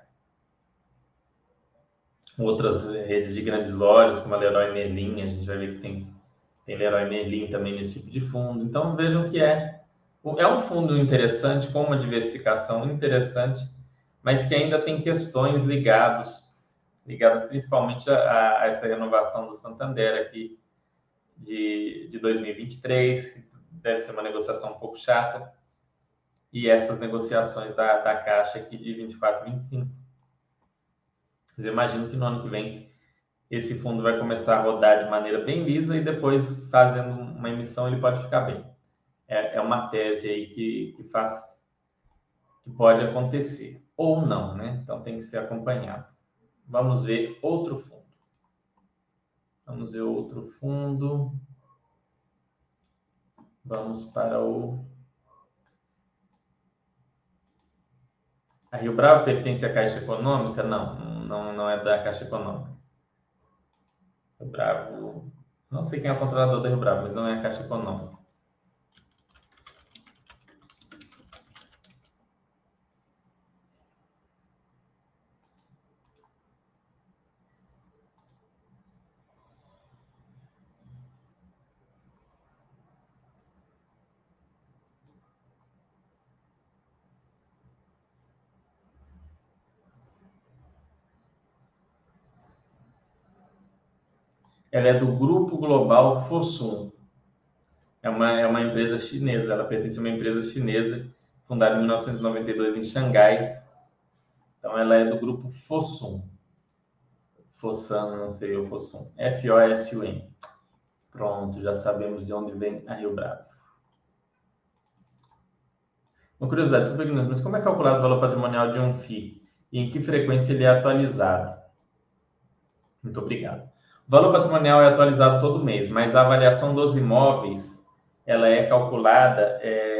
Outras redes de grandes lojas, como a Leroy Merlin, a gente vai ver que tem Leroy Merlin também nesse tipo de fundo. Então, vejam que é um fundo interessante, com uma diversificação interessante, mas que ainda tem questões ligadas principalmente a essa renovação do Santander aqui de 2023, que deve ser uma negociação um pouco chata, e essas negociações da Caixa aqui de 24 e 25. Mas eu imagino que no ano que vem esse fundo vai começar a rodar de maneira bem lisa e depois, fazendo uma emissão, ele pode ficar bem. É uma tese aí que pode acontecer. Ou não, né? Então tem que ser acompanhado. Vamos ver outro fundo. Vamos para A Rio Bravo pertence à Caixa Econômica? Não é da Caixa Econômica. Rio Bravo... Não sei quem é o controlador da Rio Bravo, mas não é a Caixa Econômica. Ela é do Grupo Global Fosun. É uma empresa chinesa, ela pertence a uma empresa chinesa, fundada em 1992 em Xangai. Então, ela é do grupo Fosun. Fosun, não sei, o Fosun. F-O-S-U-N. Pronto, já sabemos de onde vem a Rio Bravo. Uma curiosidade, super ignorante, mas como é calculado o valor patrimonial de um FII? E em que frequência ele é atualizado? Muito obrigado. O valor patrimonial é atualizado todo mês, mas a avaliação dos imóveis ela é calculada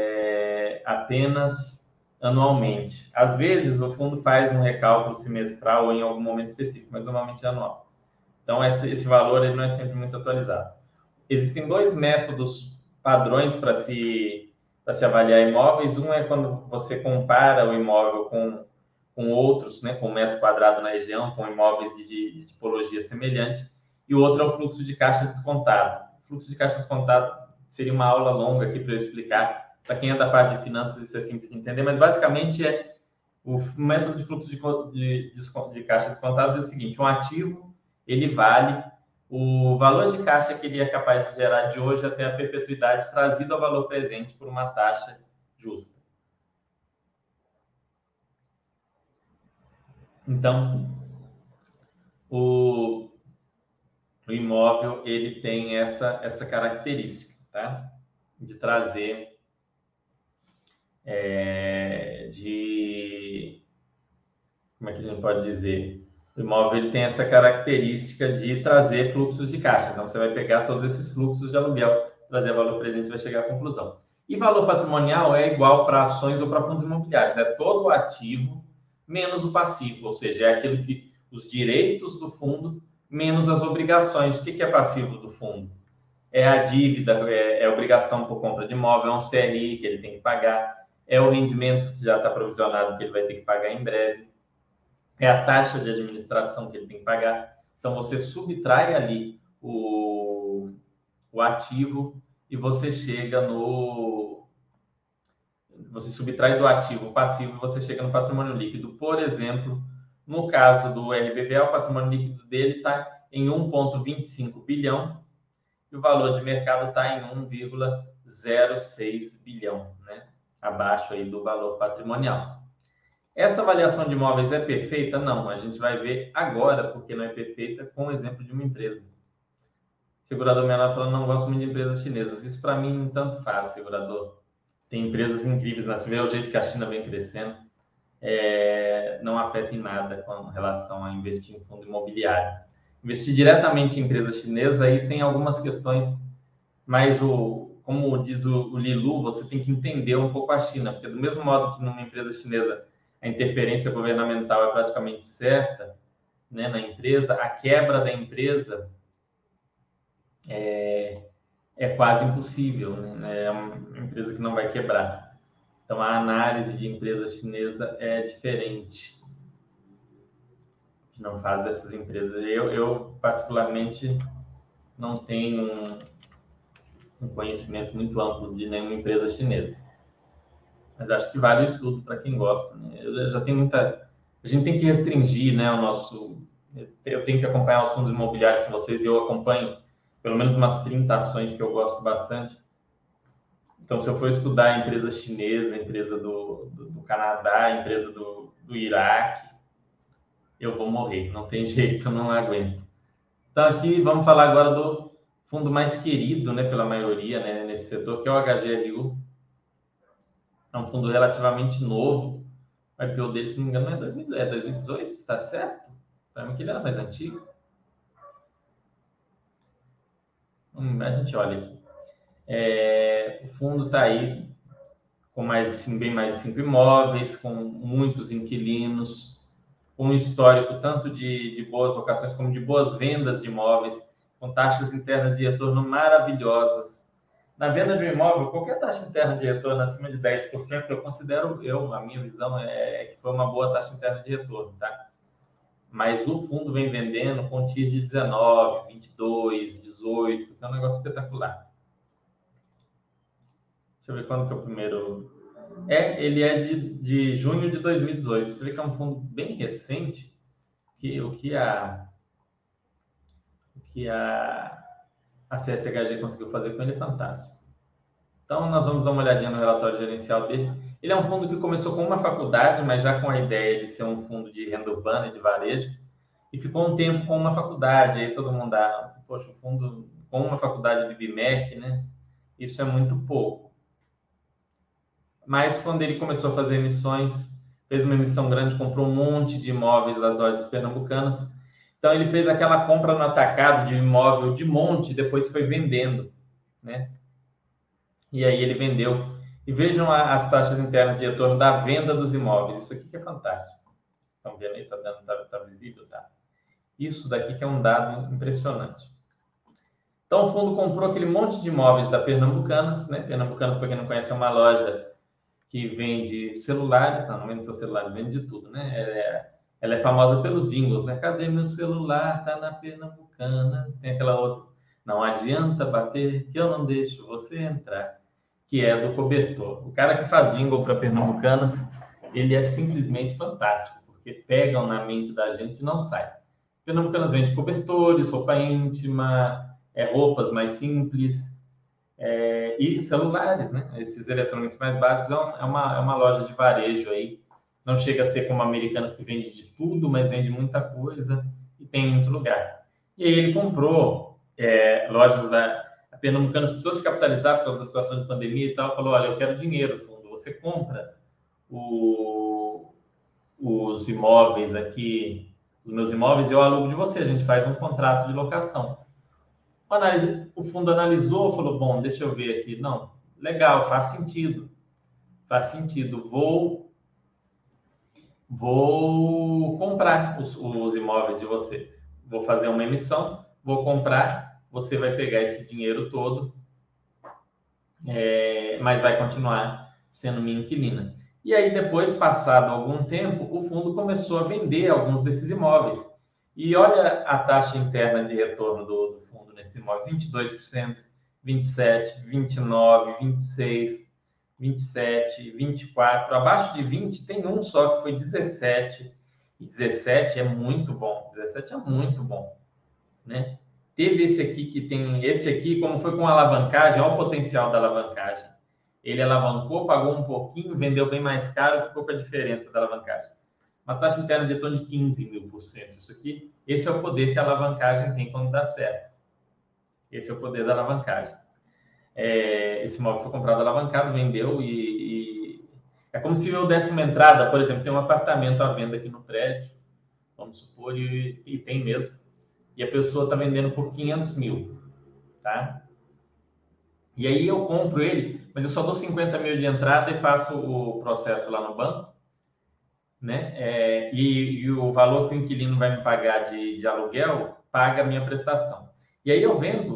apenas anualmente. Às vezes, o fundo faz um recálculo semestral ou em algum momento específico, mas normalmente é anual. Então, esse valor ele não é sempre muito atualizado. Existem dois métodos padrões para se avaliar imóveis. Um é quando você compara o imóvel com outros, né, com metro quadrado na região, com imóveis de tipologia semelhante. E o outro é o fluxo de caixa descontado. O fluxo de caixa descontado seria uma aula longa aqui para eu explicar Para quem é da parte de finanças, isso é simples de entender, mas basicamente o método de fluxo de caixa descontado diz o seguinte: um ativo, ele vale o valor de caixa que ele é capaz de gerar de hoje até a perpetuidade, trazido ao valor presente por uma taxa justa. Então, o imóvel, ele tem essa característica, tá? De trazer, como é que a gente pode dizer? O imóvel, ele tem essa característica de trazer fluxos de caixa. Então, você vai pegar todos esses fluxos de aluguel, trazer valor presente e vai chegar à conclusão. E valor patrimonial é igual para ações ou para fundos imobiliários. É todo o ativo menos o passivo, ou seja, é aquilo que os direitos do fundo menos as obrigações. O que é passivo do fundo? É a dívida, é a obrigação por compra de imóvel, é um CRI que ele tem que pagar, é o rendimento que já está provisionado que ele vai ter que pagar em breve, é a taxa de administração que ele tem que pagar. Então, você subtrai ali o ativo e você chega no... Você subtrai do ativo o passivo e você chega no patrimônio líquido. Por exemplo, no caso do RBVA, o patrimônio líquido dele está em 1,25 bilhão e o valor de mercado está em 1,06 bilhão, né? Abaixo aí do valor patrimonial. Essa avaliação de imóveis é perfeita? Não, a gente vai ver agora porque não é perfeita com o exemplo de uma empresa. Segurador menor falando, não gosto muito de empresas chinesas. Isso para mim tanto faz, segurador. Tem empresas incríveis, né? Você vê o jeito que a China vem crescendo, não afeta em nada com relação a investir em fundo imobiliário. Investir diretamente em empresas chinesas aí tem algumas questões, mas como diz o Lilu, você tem que entender um pouco a China, porque do mesmo modo que numa empresa chinesa a interferência governamental é praticamente certa, né, na empresa, a quebra da empresa é quase impossível, né? É uma empresa que não vai quebrar. Então, a análise de empresa chinesa é diferente, que não faz dessas empresas. Eu particularmente, não tenho um conhecimento muito amplo de nenhuma empresa chinesa. Mas acho que vale o estudo para quem gosta, né? Eu já tenho muita... A gente tem que restringir, né, o nosso... Eu tenho que acompanhar os fundos imobiliários com vocês e eu acompanho pelo menos umas 30 ações que eu gosto bastante. Então, se eu for estudar a empresa chinesa, a empresa do Canadá, a empresa do Iraque, eu vou morrer. Não tem jeito, eu não aguento. Então, aqui vamos falar agora do fundo mais querido, né, pela maioria, né, nesse setor, que é o HGRU. É um fundo relativamente novo. O IPO dele, se não me engano, não é 2018, é 2018, está certo? Para mim que ele era mais antigo. A gente olha aqui. O fundo está aí com bem mais de 5 imóveis, com muitos inquilinos, com um histórico tanto de boas locações como de boas vendas de imóveis, com taxas internas de retorno maravilhosas. Na venda de um imóvel, qualquer taxa interna de retorno acima de 10%, eu considero, a minha visão é que foi uma boa taxa interna de retorno, tá? Mas o fundo vem vendendo com TIR de 19, 22, 18, que é um negócio espetacular. Deixa eu ver quando que é o primeiro... ele é de junho de 2018. Você vê que é um fundo bem recente, que o que a CSHG conseguiu fazer com ele é fantástico. Então, nós vamos dar uma olhadinha no relatório gerencial dele. Ele é um fundo que começou com uma faculdade, mas já com a ideia de ser um fundo de renda urbana e de varejo, e ficou um tempo com uma faculdade. Aí todo mundo poxa, o fundo com uma faculdade de BMEC, né? Isso é muito pouco. Mas quando ele começou a fazer emissões, fez uma emissão grande, comprou um monte de imóveis das lojas pernambucanas. Então, ele fez aquela compra no atacado de imóvel de monte, depois foi vendendo, né? E aí ele vendeu. E vejam as taxas internas de retorno da venda dos imóveis. Isso aqui que é fantástico. Estão vendo aí? Tá visível? Tá. Isso daqui que é um dado impressionante. Então, o fundo comprou aquele monte de imóveis da Pernambucanas, né? Pernambucanas, para quem não conhece, é uma loja que vende celulares, não vende só celulares, vende de tudo, né? Ela é famosa pelos jingles, né? Cadê meu celular? Tá na Pernambucanas. Tem aquela outra. Não adianta bater que eu não deixo você entrar. que é do cobertor. O cara que faz jingle para Pernambucanas, ele é simplesmente fantástico, porque pegam na mente da gente e não sai. Pernambucanas vende cobertores, roupa íntima, roupas mais simples, e celulares, né? Esses eletrônicos mais básicos é uma loja de varejo aí. Não chega a ser como Americanas, que vende de tudo, mas vende muita coisa e tem muito lugar. E aí ele comprou lojas da Pernambucanas, precisou se capitalizar por causa da situação de pandemia e tal, falou, olha, eu quero dinheiro, fundo, você compra os imóveis aqui, os meus imóveis, eu alugo de você, a gente faz um contrato de locação. O fundo analisou, falou, bom, deixa eu ver aqui. Não, legal, faz sentido. Faz sentido. Vou comprar os imóveis de você. Vou fazer uma emissão, vou comprar, você vai pegar esse dinheiro todo, mas vai continuar sendo minha inquilina. E aí, depois, passado algum tempo, o fundo começou a vender alguns desses imóveis. E olha a taxa interna de retorno do fundo nesse imóvel: 22%, 27%, 29%, 26%, 27%, 24%. Abaixo de 20% tem um só que foi 17%. E 17% é muito bom. 17% é muito bom, né? Teve esse aqui que tem... Esse aqui, como foi com alavancagem, olha o potencial da alavancagem. Ele alavancou, pagou um pouquinho, vendeu bem mais caro, ficou com a diferença da alavancagem. Uma taxa interna de retorno de 15.000%. Isso aqui, esse é o poder que a alavancagem tem quando dá certo. Esse é o poder da alavancagem. Esse imóvel foi comprado alavancado, vendeu e é como se eu desse uma entrada, por exemplo, tem um apartamento à venda aqui no prédio, vamos supor, e tem mesmo, e a pessoa está vendendo por 500 mil, tá? E aí eu compro ele, mas eu só dou 50 mil de entrada e faço o processo lá no banco, né? E o valor que o inquilino vai me pagar de aluguel paga a minha prestação. E aí eu vendo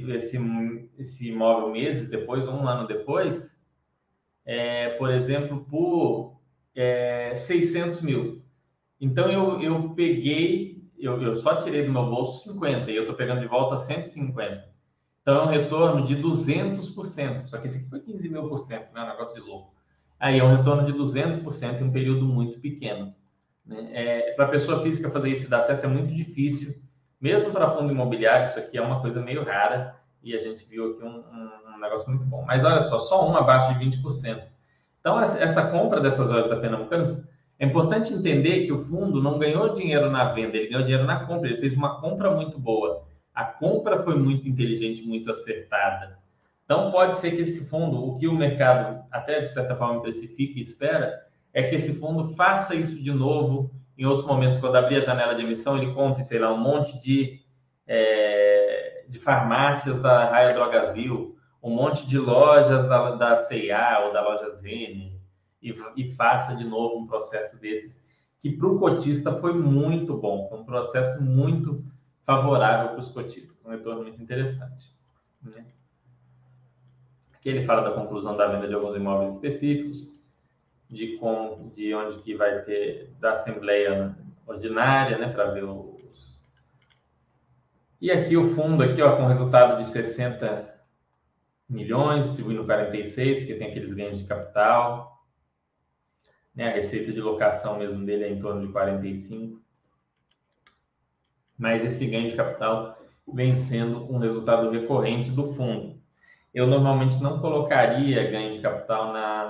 esse imóvel meses depois, um ano depois, por exemplo, por 600 mil. Então eu peguei, eu só tirei do meu bolso 50 e eu estou pegando de volta 150. Então é um retorno de 200%. Só que esse aqui foi 15.000%, né? Um negócio de louco. Aí é um retorno de 200% em um período muito pequeno, né? Para a pessoa física fazer isso e dar certo é muito difícil. Mesmo para fundo imobiliário, isso aqui é uma coisa meio rara e a gente viu aqui um negócio muito bom. Mas olha só um abaixo de 20%. Então, essa compra dessas lojas da Pernambucanas, é importante entender que o fundo não ganhou dinheiro na venda, ele ganhou dinheiro na compra, ele fez uma compra muito boa. A compra foi muito inteligente, muito acertada. Então, pode ser que esse fundo, o que o mercado até de certa forma precifica e espera, é que esse fundo faça isso de novo em outros momentos, quando abrir a janela de emissão, ele compre, sei lá, um monte de farmácias da Raia Drogasil, um monte de lojas da C&A ou da Lojas Renner, e faça de novo um processo desses, que para o cotista foi muito bom, foi um processo muito favorável para os cotistas, um retorno muito interessante, né? Aqui ele fala da conclusão da venda de alguns imóveis específicos, de onde que vai ter, da assembleia ordinária, né, para ver os... E aqui o fundo, aqui, ó, com resultado de 60 milhões, distribuindo 46, porque tem aqueles ganhos de capital, né, a receita de locação mesmo dele é em torno de 45, mas esse ganho de capital vem sendo um resultado recorrente do fundo. Eu normalmente não colocaria ganho de capital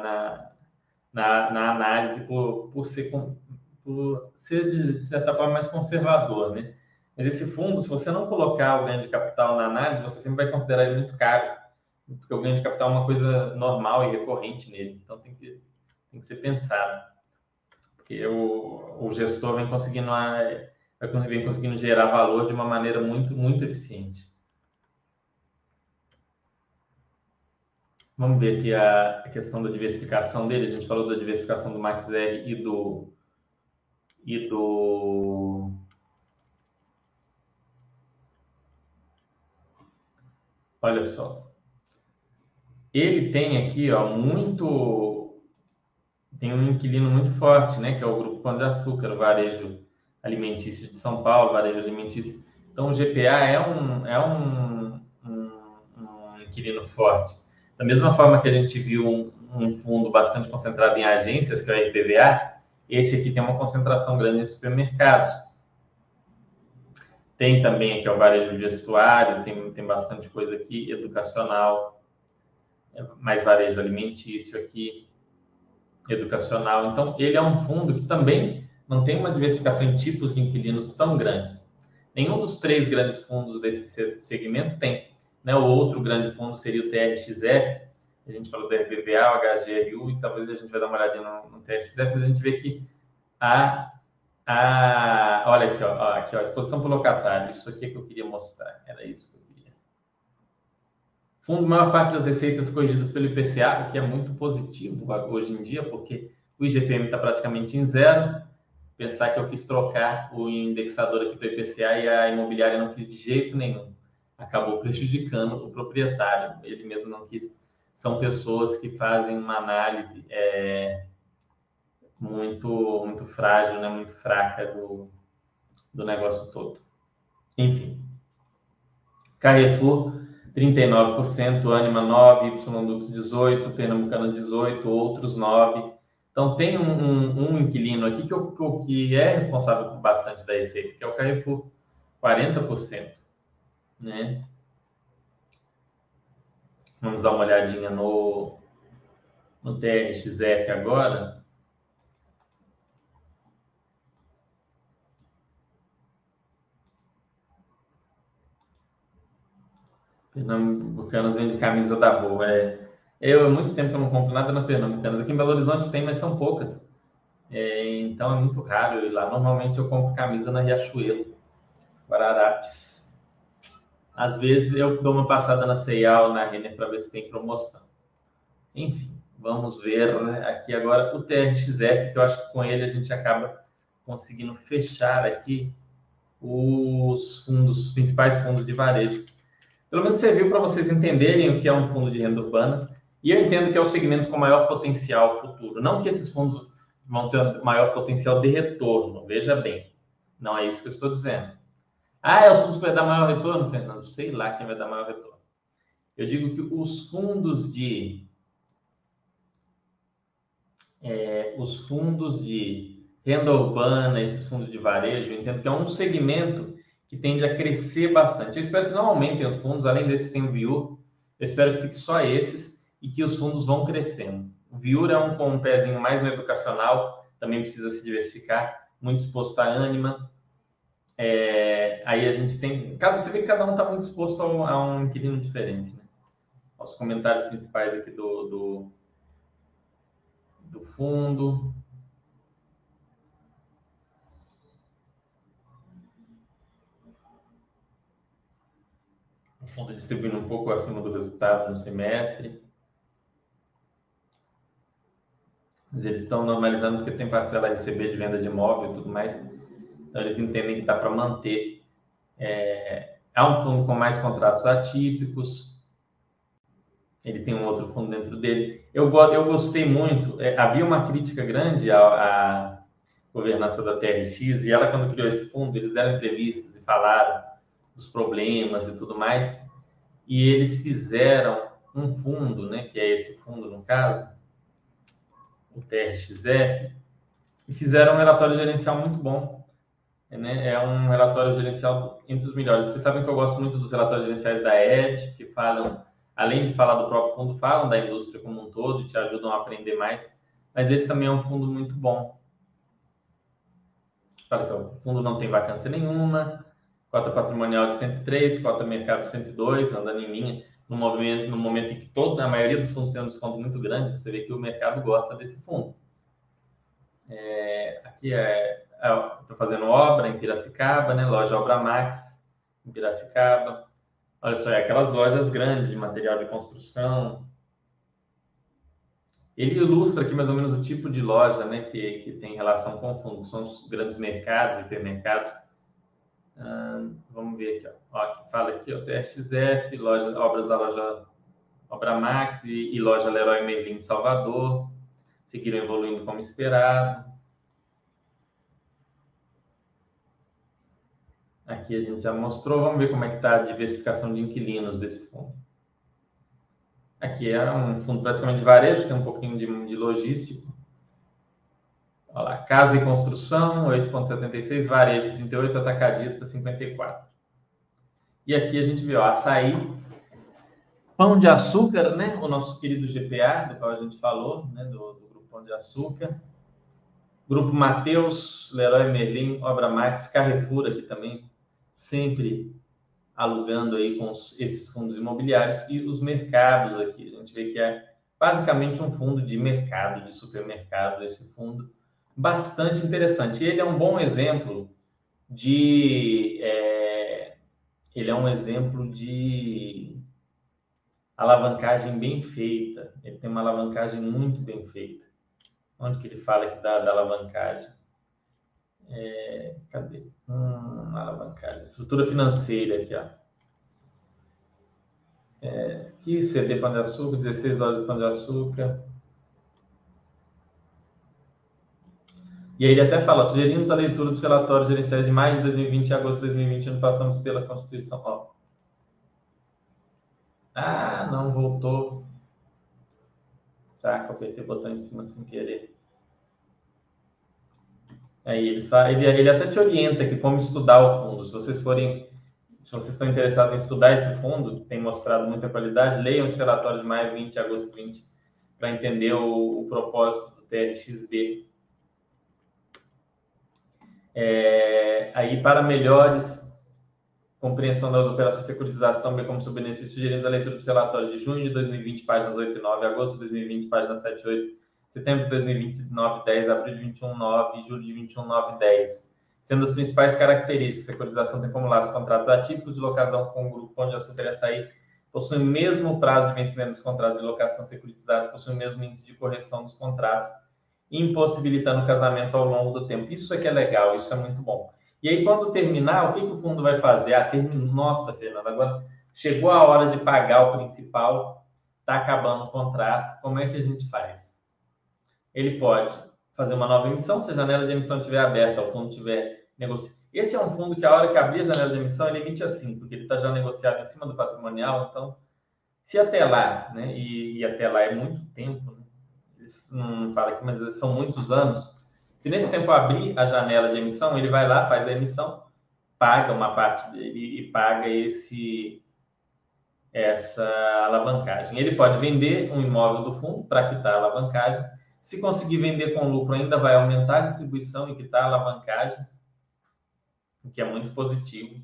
na análise por ser, de certa forma, mais conservador, né? Mas esse fundo, se você não colocar o ganho de capital na análise, você sempre vai considerar ele muito caro, porque o ganho de capital é uma coisa normal e recorrente nele, então tem que ser pensado, porque o gestor vem conseguindo gerar valor de uma maneira muito, muito eficiente. Vamos ver aqui a questão da diversificação dele. A gente falou da diversificação do Max R e do olha só, ele tem aqui, ó, tem um inquilino muito forte, né, que é o Grupo Pão de Açúcar, o varejo alimentício de São Paulo, varejo alimentício. Então o GPA é um inquilino forte. Da mesma forma que a gente viu um fundo bastante concentrado em agências, que é o RBVA, esse aqui tem uma concentração grande em supermercados. Tem também aqui o varejo de vestuário, tem bastante coisa aqui, educacional, mais varejo alimentício aqui, educacional. Então, ele é um fundo que também não tem uma diversificação em tipos de inquilinos tão grandes. Nenhum dos três grandes fundos desses segmentos tem. Né? O outro grande fundo seria o TRXF, a gente falou do RBVA, o HGRU, e talvez a gente vai dar uma olhadinha no TRXF, mas a gente vê que olha aqui, aqui, ó, exposição por locatário, isso aqui é que eu queria mostrar, era isso que eu queria. Fundo, maior parte das receitas corrigidas pelo IPCA, o que é muito positivo hoje em dia, porque o IGPM está praticamente em zero. Pensar que eu quis trocar o indexador aqui para IPCA e a imobiliária não quis de jeito nenhum. Acabou prejudicando o proprietário, ele mesmo não quis. São pessoas que fazem uma análise muito frágil, né? Muito fraca do negócio todo. Enfim. Carrefour, 39%, Anima 9%, YDux 18%, Pernambucanas 18%, outros 9%. Então, tem um inquilino aqui que é responsável por bastante da receita, que é o Carrefour, 40%. Né? Vamos dar uma olhadinha no TRXF agora. Pernambucanas vende camisa da boa. Há muito tempo que eu não compro nada na Pernambucanas. Aqui em Belo Horizonte tem, mas são poucas. Então é muito raro eu ir lá. Normalmente eu compro camisa na Riachuelo, Guararapes. Às vezes eu dou uma passada na C&A ou na Renner para ver se tem promoção. Enfim, vamos ver aqui agora o TRXF, que eu acho que com ele a gente acaba conseguindo fechar aqui os principais fundos de varejo. Pelo menos serviu para vocês entenderem o que é um fundo de renda urbana, e eu entendo que é o segmento com maior potencial futuro. Não que esses fundos vão ter maior potencial de retorno, veja bem, não é isso que eu estou dizendo. É os fundos que vai dar maior retorno, Fernando? Sei lá quem vai dar maior retorno. Eu digo que os fundos de renda urbana, esses fundos de varejo, eu entendo que é um segmento que tende a crescer bastante. Eu espero que não aumentem os fundos, além desses tem o VIUR, eu espero que fique só esses e que os fundos vão crescendo. O VIUR é com um pezinho mais no educacional, também precisa se diversificar, muito exposto à Anima. Aí a gente tem... Você vê que cada um está muito exposto a um inquilino diferente, né? Os comentários principais aqui do fundo. O fundo distribuindo um pouco acima do resultado no semestre. Mas eles estão normalizando porque tem parcela a receber de venda de imóvel e tudo mais. Então eles entendem que dá para manter. É um fundo com mais contratos atípicos. Ele tem um outro fundo dentro dele. Eu gostei muito. Havia uma crítica grande à governança da TRX, e ela, quando criou esse fundo, eles deram entrevistas e falaram dos problemas e tudo mais. E eles fizeram um fundo, né, que é esse fundo no caso, o TRXF, e fizeram um relatório gerencial muito bom. Né? É um relatório gerencial entre os melhores. Vocês sabem que eu gosto muito dos relatórios gerenciais da ED, que falam, além de falar do próprio fundo, falam da indústria como um todo e te ajudam a aprender mais. Mas esse também é um fundo muito bom. Fala que o fundo não tem vacância nenhuma, cota patrimonial de 103, cota mercado 102, andando em linha, no momento em que a maioria dos fundos tem um desconto muito grande, você vê que o mercado gosta desse fundo. Aqui estou fazendo obra em Piracicaba, né? Loja Obra Max, em Piracicaba. Olha só, aquelas lojas grandes de material de construção. Ele ilustra aqui mais ou menos o tipo de loja, né, que tem relação com o fundo, que são os grandes mercados, hipermercados. Vamos ver aqui, ó. Fala aqui, ó, TRXF, obras da loja Obra Max e loja Leroy Merlin em Salvador. Seguiram evoluindo como esperado. Aqui a gente já mostrou, vamos ver como é que está a diversificação de inquilinos desse fundo. Aqui é um fundo praticamente de varejo, tem um pouquinho de logístico. Olha lá, casa e construção, 8,76, varejo 38, atacadista 54. E aqui a gente vê, ó, açaí, Pão de Açúcar, né? O nosso querido GPA, do qual a gente falou, né? Do Grupo Pão de Açúcar. Grupo Mateus, Leroy Merlin, Obra Max, Carrefour aqui também, sempre alugando aí com esses fundos imobiliários. E os mercados aqui, a gente vê que é basicamente um fundo de mercado, de supermercado, esse fundo. Bastante interessante. E ele é um bom exemplo de... ele é um exemplo de alavancagem bem feita. Ele tem uma alavancagem muito bem feita. Onde que ele fala que da alavancagem? Cadê? Alavancagem. Estrutura financeira aqui, ó. Aqui, CD Pão de Açúcar, 16 dólares de Pão de Açúcar. E aí ele até fala, sugerimos a leitura dos relatórios gerenciais de maio de 2020 e agosto de 2021, passamos pela Constituição. Ó. Ah, não, voltou. Saca, apertei o botão em cima sem querer. Aí ele até te orienta aqui como estudar o fundo. Se vocês estão interessados em estudar esse fundo, que tem mostrado muita qualidade, leiam esse relatório de maio 20 e agosto 20 para entender o propósito do TRXB. Aí, para melhores compreensão das operações de securitização, bem como seu benefício, sugerimos a leitura dos relatórios de junho de 2020, páginas 8 e 9, agosto de 2020, páginas 7 e 8, setembro de 2020, 9 e 10, abril de 21, 9 e julho de 21, 9 e 10. Sendo as principais características, a securitização tem como laço contratos atípicos de locação com o Grupo Pão de Açúcar e Açaí, possuem o mesmo prazo de vencimento dos contratos de locação securitizados, possuem o mesmo índice de correção dos contratos, impossibilitando o casamento ao longo do tempo. Isso é que é legal, isso é muito bom. E aí, quando terminar, o que o fundo vai fazer? Nossa, Fernanda, agora chegou a hora de pagar o principal, está acabando o contrato, como é que a gente faz? Ele pode fazer uma nova emissão, se a janela de emissão estiver aberta, o fundo estiver negociando. Esse é um fundo que a hora que abrir a janela de emissão, ele emite assim, porque ele está já negociado em cima do patrimonial, então, se até lá, né, e até lá é muito tempo, né, eles não falam aqui, mas são muitos anos, se nesse tempo abrir a janela de emissão, ele vai lá, faz a emissão, paga uma parte dele e paga essa alavancagem. Ele pode vender um imóvel do fundo para quitar a alavancagem. Se conseguir vender com lucro, ainda vai aumentar a distribuição e quitar a alavancagem, o que é muito positivo.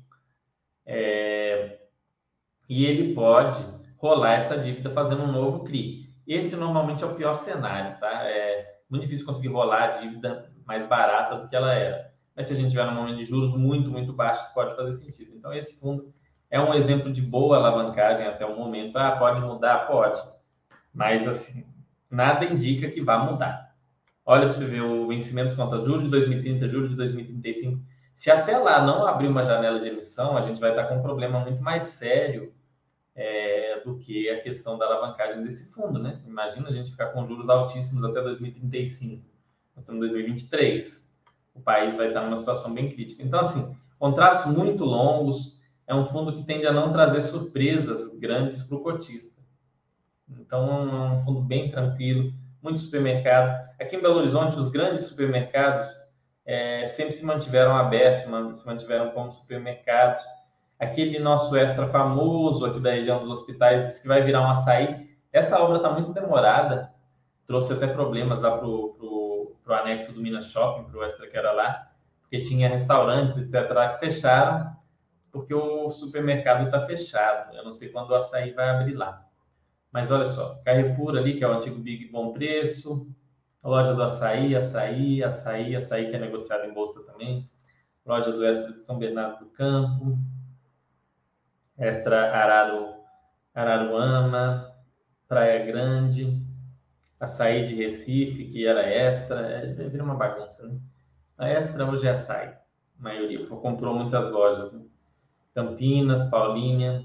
E ele pode rolar essa dívida fazendo um novo CRI. Esse normalmente é o pior cenário, tá? É muito difícil conseguir rolar a dívida mais barata do que ela era. Mas se a gente tiver num momento de juros muito, muito baixos, pode fazer sentido. Então, esse fundo é um exemplo de boa alavancagem até o momento. Ah, pode mudar? Pode. Mas, assim, nada indica que vá mudar. Olha para você ver o vencimento conta julho de 2030, julho de 2035. Se até lá não abrir uma janela de emissão, a gente vai estar com um problema muito mais sério do que a questão da alavancagem desse fundo, né? Você imagina a gente ficar com juros altíssimos até 2035. Nós estamos em 2023. O país vai estar numa situação bem crítica. Então, assim, contratos muito longos, é um fundo que tende a não trazer surpresas grandes para o cotista. Então, é um fundo bem tranquilo, muito supermercado. Aqui em Belo Horizonte, os grandes supermercados sempre se mantiveram abertos, se mantiveram como supermercados. Aquele nosso extra famoso aqui da região dos hospitais, diz que vai virar um açaí. Essa obra está muito demorada, trouxe até problemas lá pro anexo do Minas Shopping, pro extra que era lá, porque tinha restaurantes, etc., lá que fecharam, porque o supermercado está fechado. Eu não sei quando o açaí vai abrir lá. Mas olha só, Carrefour ali, que é o antigo Big Bom Preço, a loja do açaí, que é negociado em bolsa também, loja do Extra de São Bernardo do Campo, Extra Araruama, Praia Grande, Açaí de Recife, que era Extra, vira uma bagunça, né? A Extra hoje é Açaí, a maioria, comprou muitas lojas, né? Campinas, Paulinha,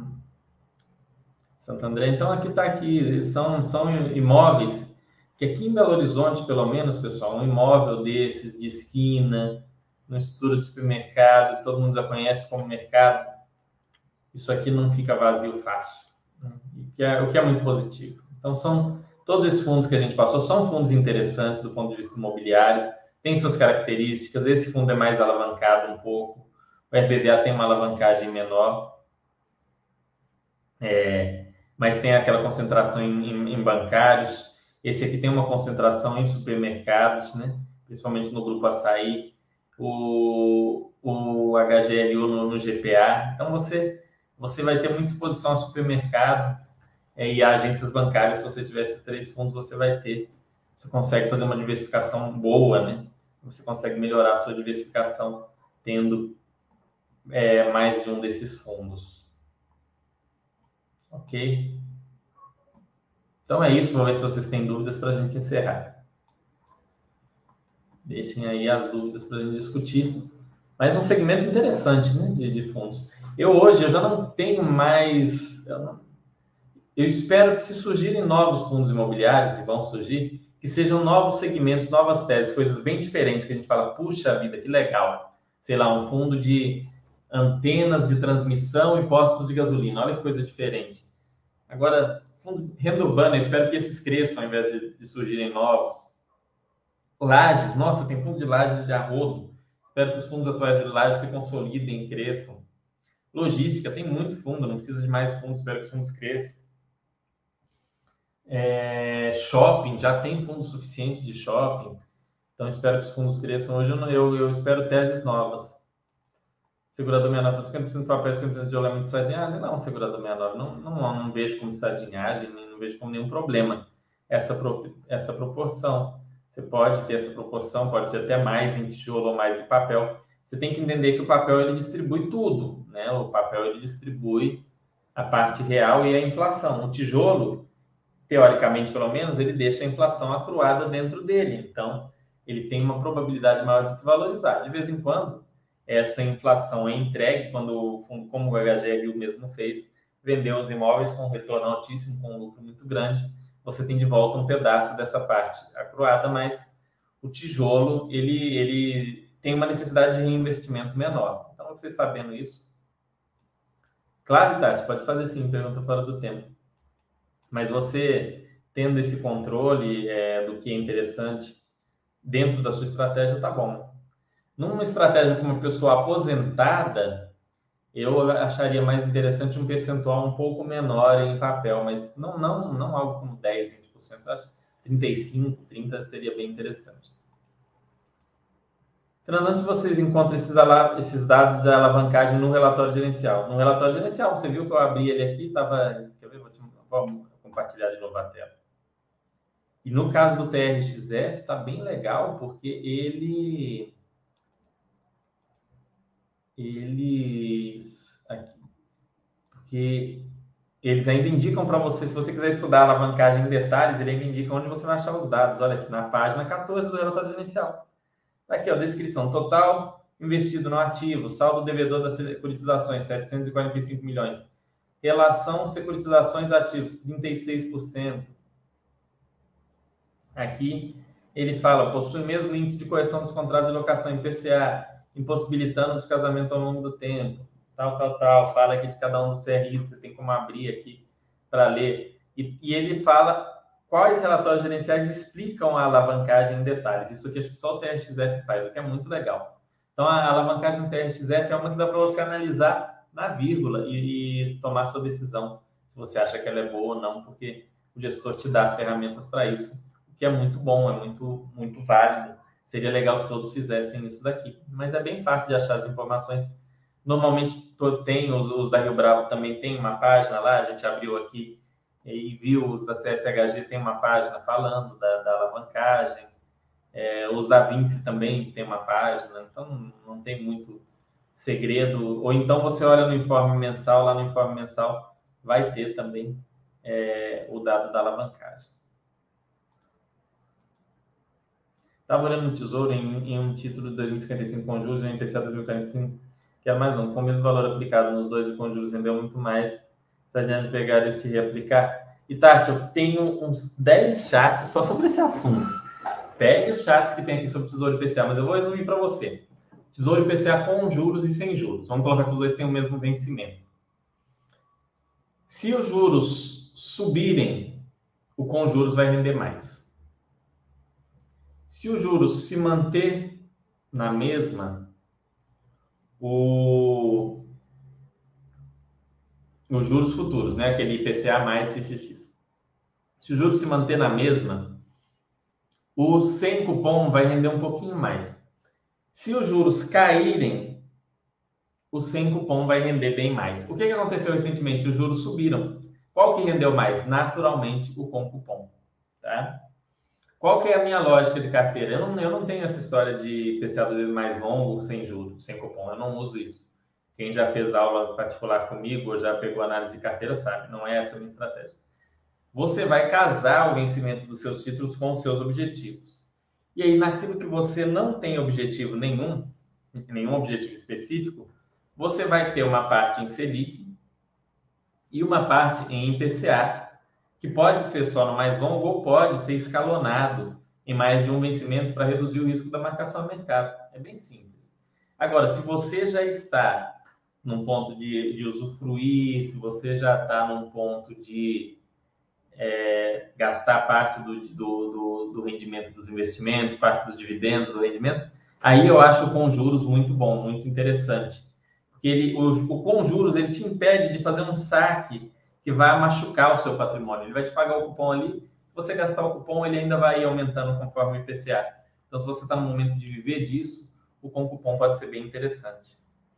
Santo André. Então, são imóveis que aqui em Belo Horizonte, pelo menos, pessoal, um imóvel desses, de esquina, no estrutura de supermercado, que todo mundo já conhece como mercado, isso aqui não fica vazio fácil. o que é muito positivo. Então, todos esses fundos que a gente passou são fundos interessantes do ponto de vista imobiliário, tem suas características. Esse fundo é mais alavancado um pouco, o RBVA tem uma alavancagem menor, mas tem aquela concentração em bancários. Esse aqui tem uma concentração em supermercados, né? Principalmente no Grupo Açaí, o HGLU no GPA. Então, você vai ter muita exposição a supermercado e a agências bancárias. Se você tiver esses 3 fundos, você consegue fazer uma diversificação boa, né? Você consegue melhorar a sua diversificação tendo mais de um desses fundos. Ok? Então é isso, vou ver se vocês têm dúvidas para a gente encerrar. Deixem aí as dúvidas para a gente discutir. Mas um segmento interessante, né, de fundos. Hoje eu já não tenho mais... Eu espero que, se surgirem novos fundos imobiliários, e vão surgir, que sejam novos segmentos, novas teses, coisas bem diferentes, que a gente fala, puxa vida, que legal. Sei lá, um fundo de antenas de transmissão e postos de gasolina. Olha que coisa diferente. Agora, fundo de renda urbana, eu espero que esses cresçam ao invés de surgirem novos. Lajes, nossa, tem fundo de lajes de arrodo. Espero que os fundos atuais de lajes se consolidem e cresçam. Logística, tem muito fundo, não precisa de mais fundos, espero que os fundos cresçam. Shopping, já tem fundos suficientes de shopping, então espero que os fundos cresçam. Hoje eu espero teses novas. Segurador 69, 50% de papel, 50% de rolamento de sardinhagem? Não, segurador 69, não vejo como sardinhagem, não vejo como nenhum problema essa proporção. Você pode ter essa proporção, pode ter até mais em tijolo ou mais em papel. Você tem que entender que o papel ele distribui tudo, né? O papel ele distribui a parte real e a inflação. O tijolo, teoricamente pelo menos, ele deixa a inflação acruada dentro dele. Então, ele tem uma probabilidade maior de se valorizar. De vez em quando, essa inflação é entregue quando o fundo, como o HGLU mesmo fez, vendeu os imóveis com um retorno altíssimo, com um lucro muito grande, você tem de volta um pedaço dessa parte acruada, mas o tijolo, ele tem uma necessidade de reinvestimento menor. Então, você sabendo isso... Claro, Tati, pode fazer sim, pergunta fora do tempo. Mas você, tendo esse controle do que é interessante dentro da sua estratégia, tá bom. Numa estratégia com uma pessoa aposentada, eu acharia mais interessante um percentual um pouco menor em papel, mas não algo como 10, 20%. Acho que 35, 30 seria bem interessante. Então, onde vocês encontram esses dados da alavancagem no relatório gerencial? No relatório gerencial, você viu que eu abri ele aqui, estava... Quer ver? Vou compartilhar de novo a tela. E no caso do TRXF, está bem legal, porque eles ainda indicam para você, se você quiser estudar a alavancagem em detalhes, ele ainda indica onde você vai achar os dados. Olha aqui, na página 14 do relatório gerencial. Aqui, ó, descrição total investido no ativo, saldo devedor das securitizações, 745 milhões. Relação securitizações ativos, 36%. Aqui ele fala, possui mesmo índice de correção dos contratos de locação IPCA, impossibilitando o descasamento ao longo do tempo, tal. Fala aqui de cada um dos CRIs, você tem como abrir aqui para ler. E ele fala quais relatórios gerenciais explicam a alavancagem em detalhes. Isso aqui acho que só o TRXF faz, o que é muito legal. Então, a alavancagem do TRXF é uma que dá para você analisar na vírgula e tomar sua decisão, se você acha que ela é boa ou não, porque o gestor te dá as ferramentas para isso, o que é muito bom, é muito, muito válido. Seria legal que todos fizessem isso daqui. Mas é bem fácil de achar as informações. Normalmente tem, os da Rio Bravo também tem uma página lá, a gente abriu aqui e viu, os da CSHG tem uma página falando da alavancagem, os da Vinci também tem uma página, então não tem muito segredo. Ou então você olha no informe mensal, lá no informe mensal vai ter também o dado da alavancagem. Estava olhando no Tesouro em um título de 2055 com juros e um IPCA 2045, que é mais um, com o mesmo valor aplicado nos dois e com juros rendeu muito mais, se a gente pegar esse e reaplicar. E Tati, eu tenho uns 10 chats só sobre esse assunto. Pegue os chats que tem aqui sobre Tesouro IPCA, mas eu vou resumir para você. Tesouro IPCA com juros e sem juros. Vamos colocar que os dois têm o mesmo vencimento. Se os juros subirem, o com juros vai render mais. Se o juros se manter na mesma, os juros futuros, né? Aquele IPCA mais XXX. Se o juros se manter na mesma, o sem cupom vai render um pouquinho mais. Se os juros caírem, o sem cupom vai render bem mais. O que aconteceu recentemente? Os juros subiram. Qual que rendeu mais? Naturalmente, o com cupom. Tá? Qual que é a minha lógica de carteira? Eu não tenho essa história de IPCA mais longo sem juros, sem cupom. Eu não uso isso. Quem já fez aula particular comigo ou já pegou análise de carteira sabe. Não é essa a minha estratégia. Você vai casar o vencimento dos seus títulos com os seus objetivos. E aí, naquilo que você não tem objetivo nenhum objetivo específico, você vai ter uma parte em Selic e uma parte em IPCA, que pode ser só no mais longo ou pode ser escalonado em mais de um vencimento para reduzir o risco da marcação a mercado. É bem simples. Agora, se você já está num ponto de usufruir, se você já está num ponto de gastar parte do rendimento dos investimentos, parte dos dividendos do rendimento, aí eu acho o com juros muito bom, muito interessante. Porque o com juros ele te impede de fazer um saque que vai machucar o seu patrimônio. Ele vai te pagar o cupom ali, se você gastar o cupom, ele ainda vai aumentando conforme o IPCA. Então, se você está no momento de viver disso, o com cupom pode ser bem interessante.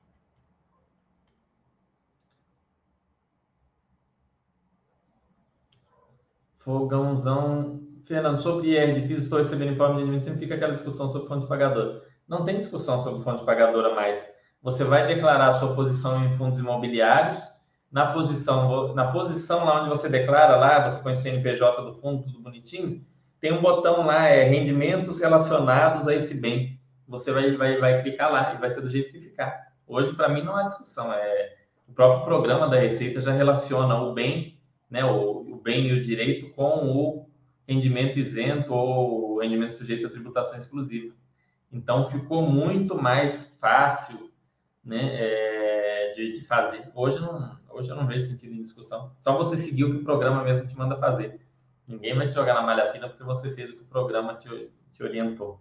Fogãozão. Fernando, sobre IR difícil, estou recebendo informe de rendimento, sempre fica aquela discussão sobre fundo de pagador. Não tem discussão sobre fundo de pagadora mais. Você vai declarar a sua posição em fundos imobiliários. Na posição lá onde você declara, lá você põe o CNPJ do fundo, tudo bonitinho, tem um botão lá, rendimentos relacionados a esse bem. Você vai clicar lá e vai ser do jeito que ficar. Hoje, para mim, não há discussão. O próprio programa da Receita já relaciona o bem, né, o bem e o direito com o rendimento isento ou rendimento sujeito a tributação exclusiva. Então, ficou muito mais fácil, né, de fazer. Hoje eu não vejo sentido em discussão. Só você seguir o que o programa mesmo te manda fazer. Ninguém vai te jogar na malha fina porque você fez o que o programa te orientou.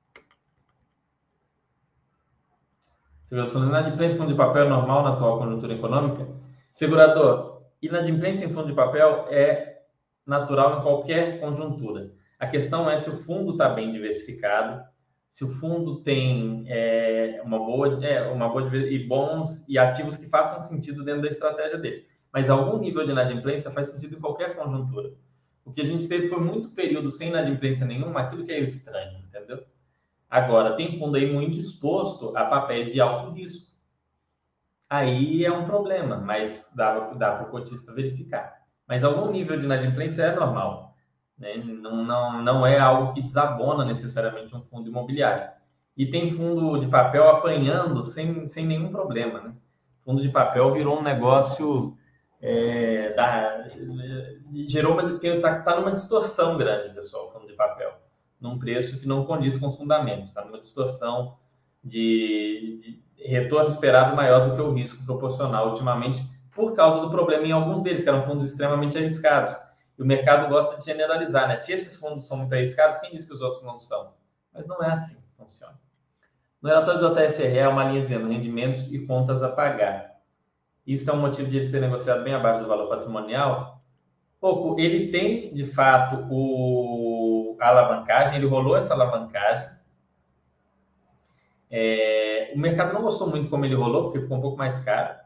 Você viu, falando inadimplência em fundo de papel é normal na atual conjuntura econômica? Segurador, inadimplência em fundo de papel é natural em qualquer conjuntura. A questão é se o fundo está bem diversificado, se o fundo tem uma boa e bons e ativos que façam sentido dentro da estratégia dele. Mas algum nível de inadimplência faz sentido em qualquer conjuntura. O que a gente teve foi muito período sem inadimplência nenhuma, aquilo que é estranho, entendeu? Agora, tem fundo aí muito exposto a papéis de alto risco. Aí é um problema, mas dá para o cotista verificar. Mas algum nível de inadimplência é normal, né? Não é algo que desabona necessariamente um fundo imobiliário. E tem fundo de papel apanhando sem nenhum problema, né? Fundo de papel virou um negócio tá numa distorção grande, pessoal, o fundo de papel, num preço que não condiz com os fundamentos, está numa distorção de retorno esperado maior do que o risco proporcional ultimamente, por causa do problema em alguns deles, que eram fundos extremamente arriscados. E o mercado gosta de generalizar, né? Se esses fundos são muito arriscados, quem diz que os outros não são? Mas não é assim que funciona. No relatório do JSRE é uma linha dizendo rendimentos e contas a pagar. Isso é um motivo de ele ser negociado bem abaixo do valor patrimonial? Pouco. Ele tem, de fato, a alavancagem, ele rolou essa alavancagem. O mercado não gostou muito como ele rolou, porque ficou um pouco mais caro.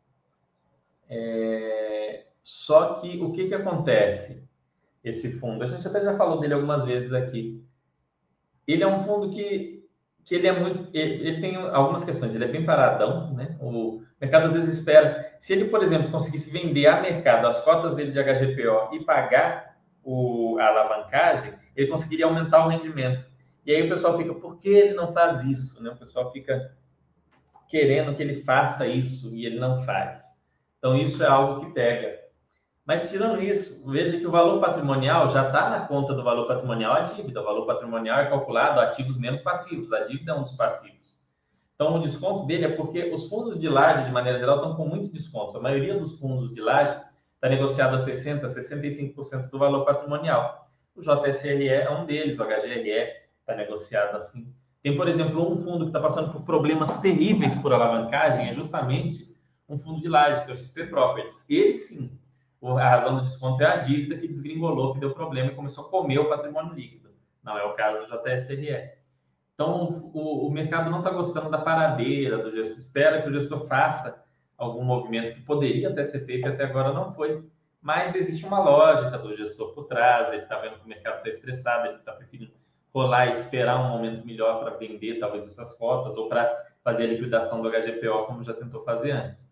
Só que o que acontece? Esse fundo, a gente até já falou dele algumas vezes aqui. Ele é um fundo que ele é muito... Ele tem algumas questões, ele é bem paradão, né? O mercado às vezes espera... Se ele, por exemplo, conseguisse vender a mercado as cotas dele de HGPO e pagar a alavancagem, ele conseguiria aumentar o rendimento. E aí o pessoal fica, por que ele não faz isso? Né? O pessoal fica querendo que ele faça isso e ele não faz. Então, isso é algo que pega. Mas, tirando isso, veja que o valor patrimonial já está na conta do valor patrimonial a dívida. O valor patrimonial é calculado a ativos menos passivos. A dívida é um dos passivos. Então, o desconto dele é porque os fundos de laje, de maneira geral, estão com muito desconto. A maioria dos fundos de laje está negociado a 60%, 65% do valor patrimonial. O JSRE é um deles, o HGRE está negociado assim. Tem, por exemplo, um fundo que está passando por problemas terríveis por alavancagem, é justamente um fundo de lajes, que é o XP Properties. Ele sim, a razão do desconto é a dívida que desgringolou, que deu problema e começou a comer o patrimônio líquido. Não é o caso do JSRE. Então, o mercado não está gostando da paradeira do gestor, espera que o gestor faça algum movimento que poderia até ser feito e até agora não foi. Mas existe uma lógica do gestor por trás, ele está vendo que o mercado está estressado, ele está preferindo rolar e esperar um momento melhor para vender talvez essas cotas ou para fazer a liquidação do HGPO, como já tentou fazer antes.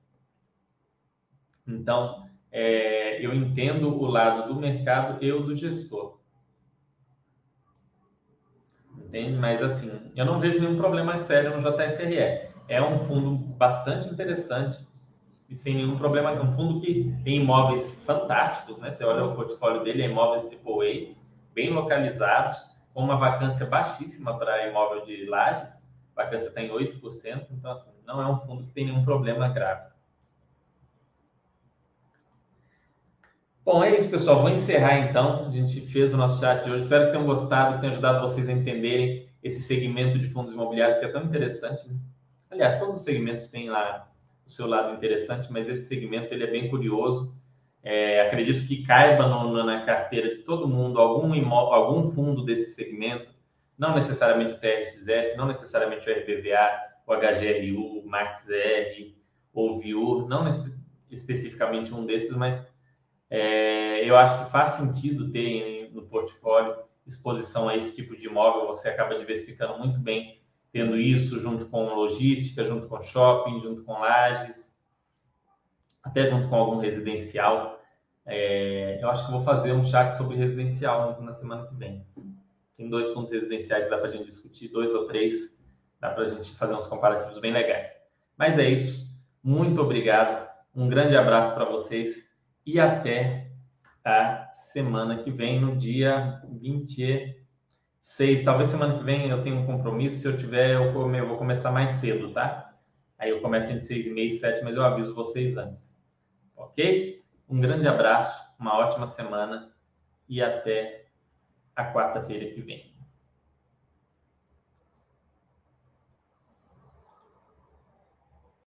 Então, eu entendo o lado do mercado e o do gestor. Entende? Mas, assim, eu não vejo nenhum problema sério no JSRE. É um fundo bastante interessante e sem nenhum problema. É um fundo que tem imóveis fantásticos, né? Você olha o portfólio dele, é imóveis AAA, bem localizados, com uma vacância baixíssima para imóvel de lajes. A vacância está em 8%, então, assim, não é um fundo que tem nenhum problema grave. Bom, é isso, pessoal. Vou encerrar, então. A gente fez o nosso chat de hoje. Espero que tenham gostado, que tenha ajudado vocês a entenderem esse segmento de fundos imobiliários que é tão interessante, né? Aliás, todos os segmentos têm lá o seu lado interessante, mas esse segmento ele é bem curioso. Acredito que caiba na carteira de todo mundo algum fundo desse segmento, não necessariamente o TRXF, não necessariamente o RBVA, o HGRU, o MaxR ou o VIUR, não especificamente um desses, mas eu acho que faz sentido ter no portfólio exposição a esse tipo de imóvel. Você acaba diversificando muito bem tendo isso junto com logística, junto com shopping, junto com lajes, até junto com algum residencial. Eu acho que vou fazer um chat sobre residencial na semana que vem. Tem 2 fundos residenciais que dá para a gente discutir, 2 ou 3, dá para a gente fazer uns comparativos bem legais. Mas é isso. Muito obrigado. Um grande abraço para vocês e até a semana que vem, no dia 26. Talvez semana que vem eu tenha um compromisso. Se eu tiver, eu vou começar mais cedo, tá? Aí eu começo entre 6h30 e 7, mas eu aviso vocês antes. Ok? Um grande abraço, uma ótima semana e até a quarta-feira que vem.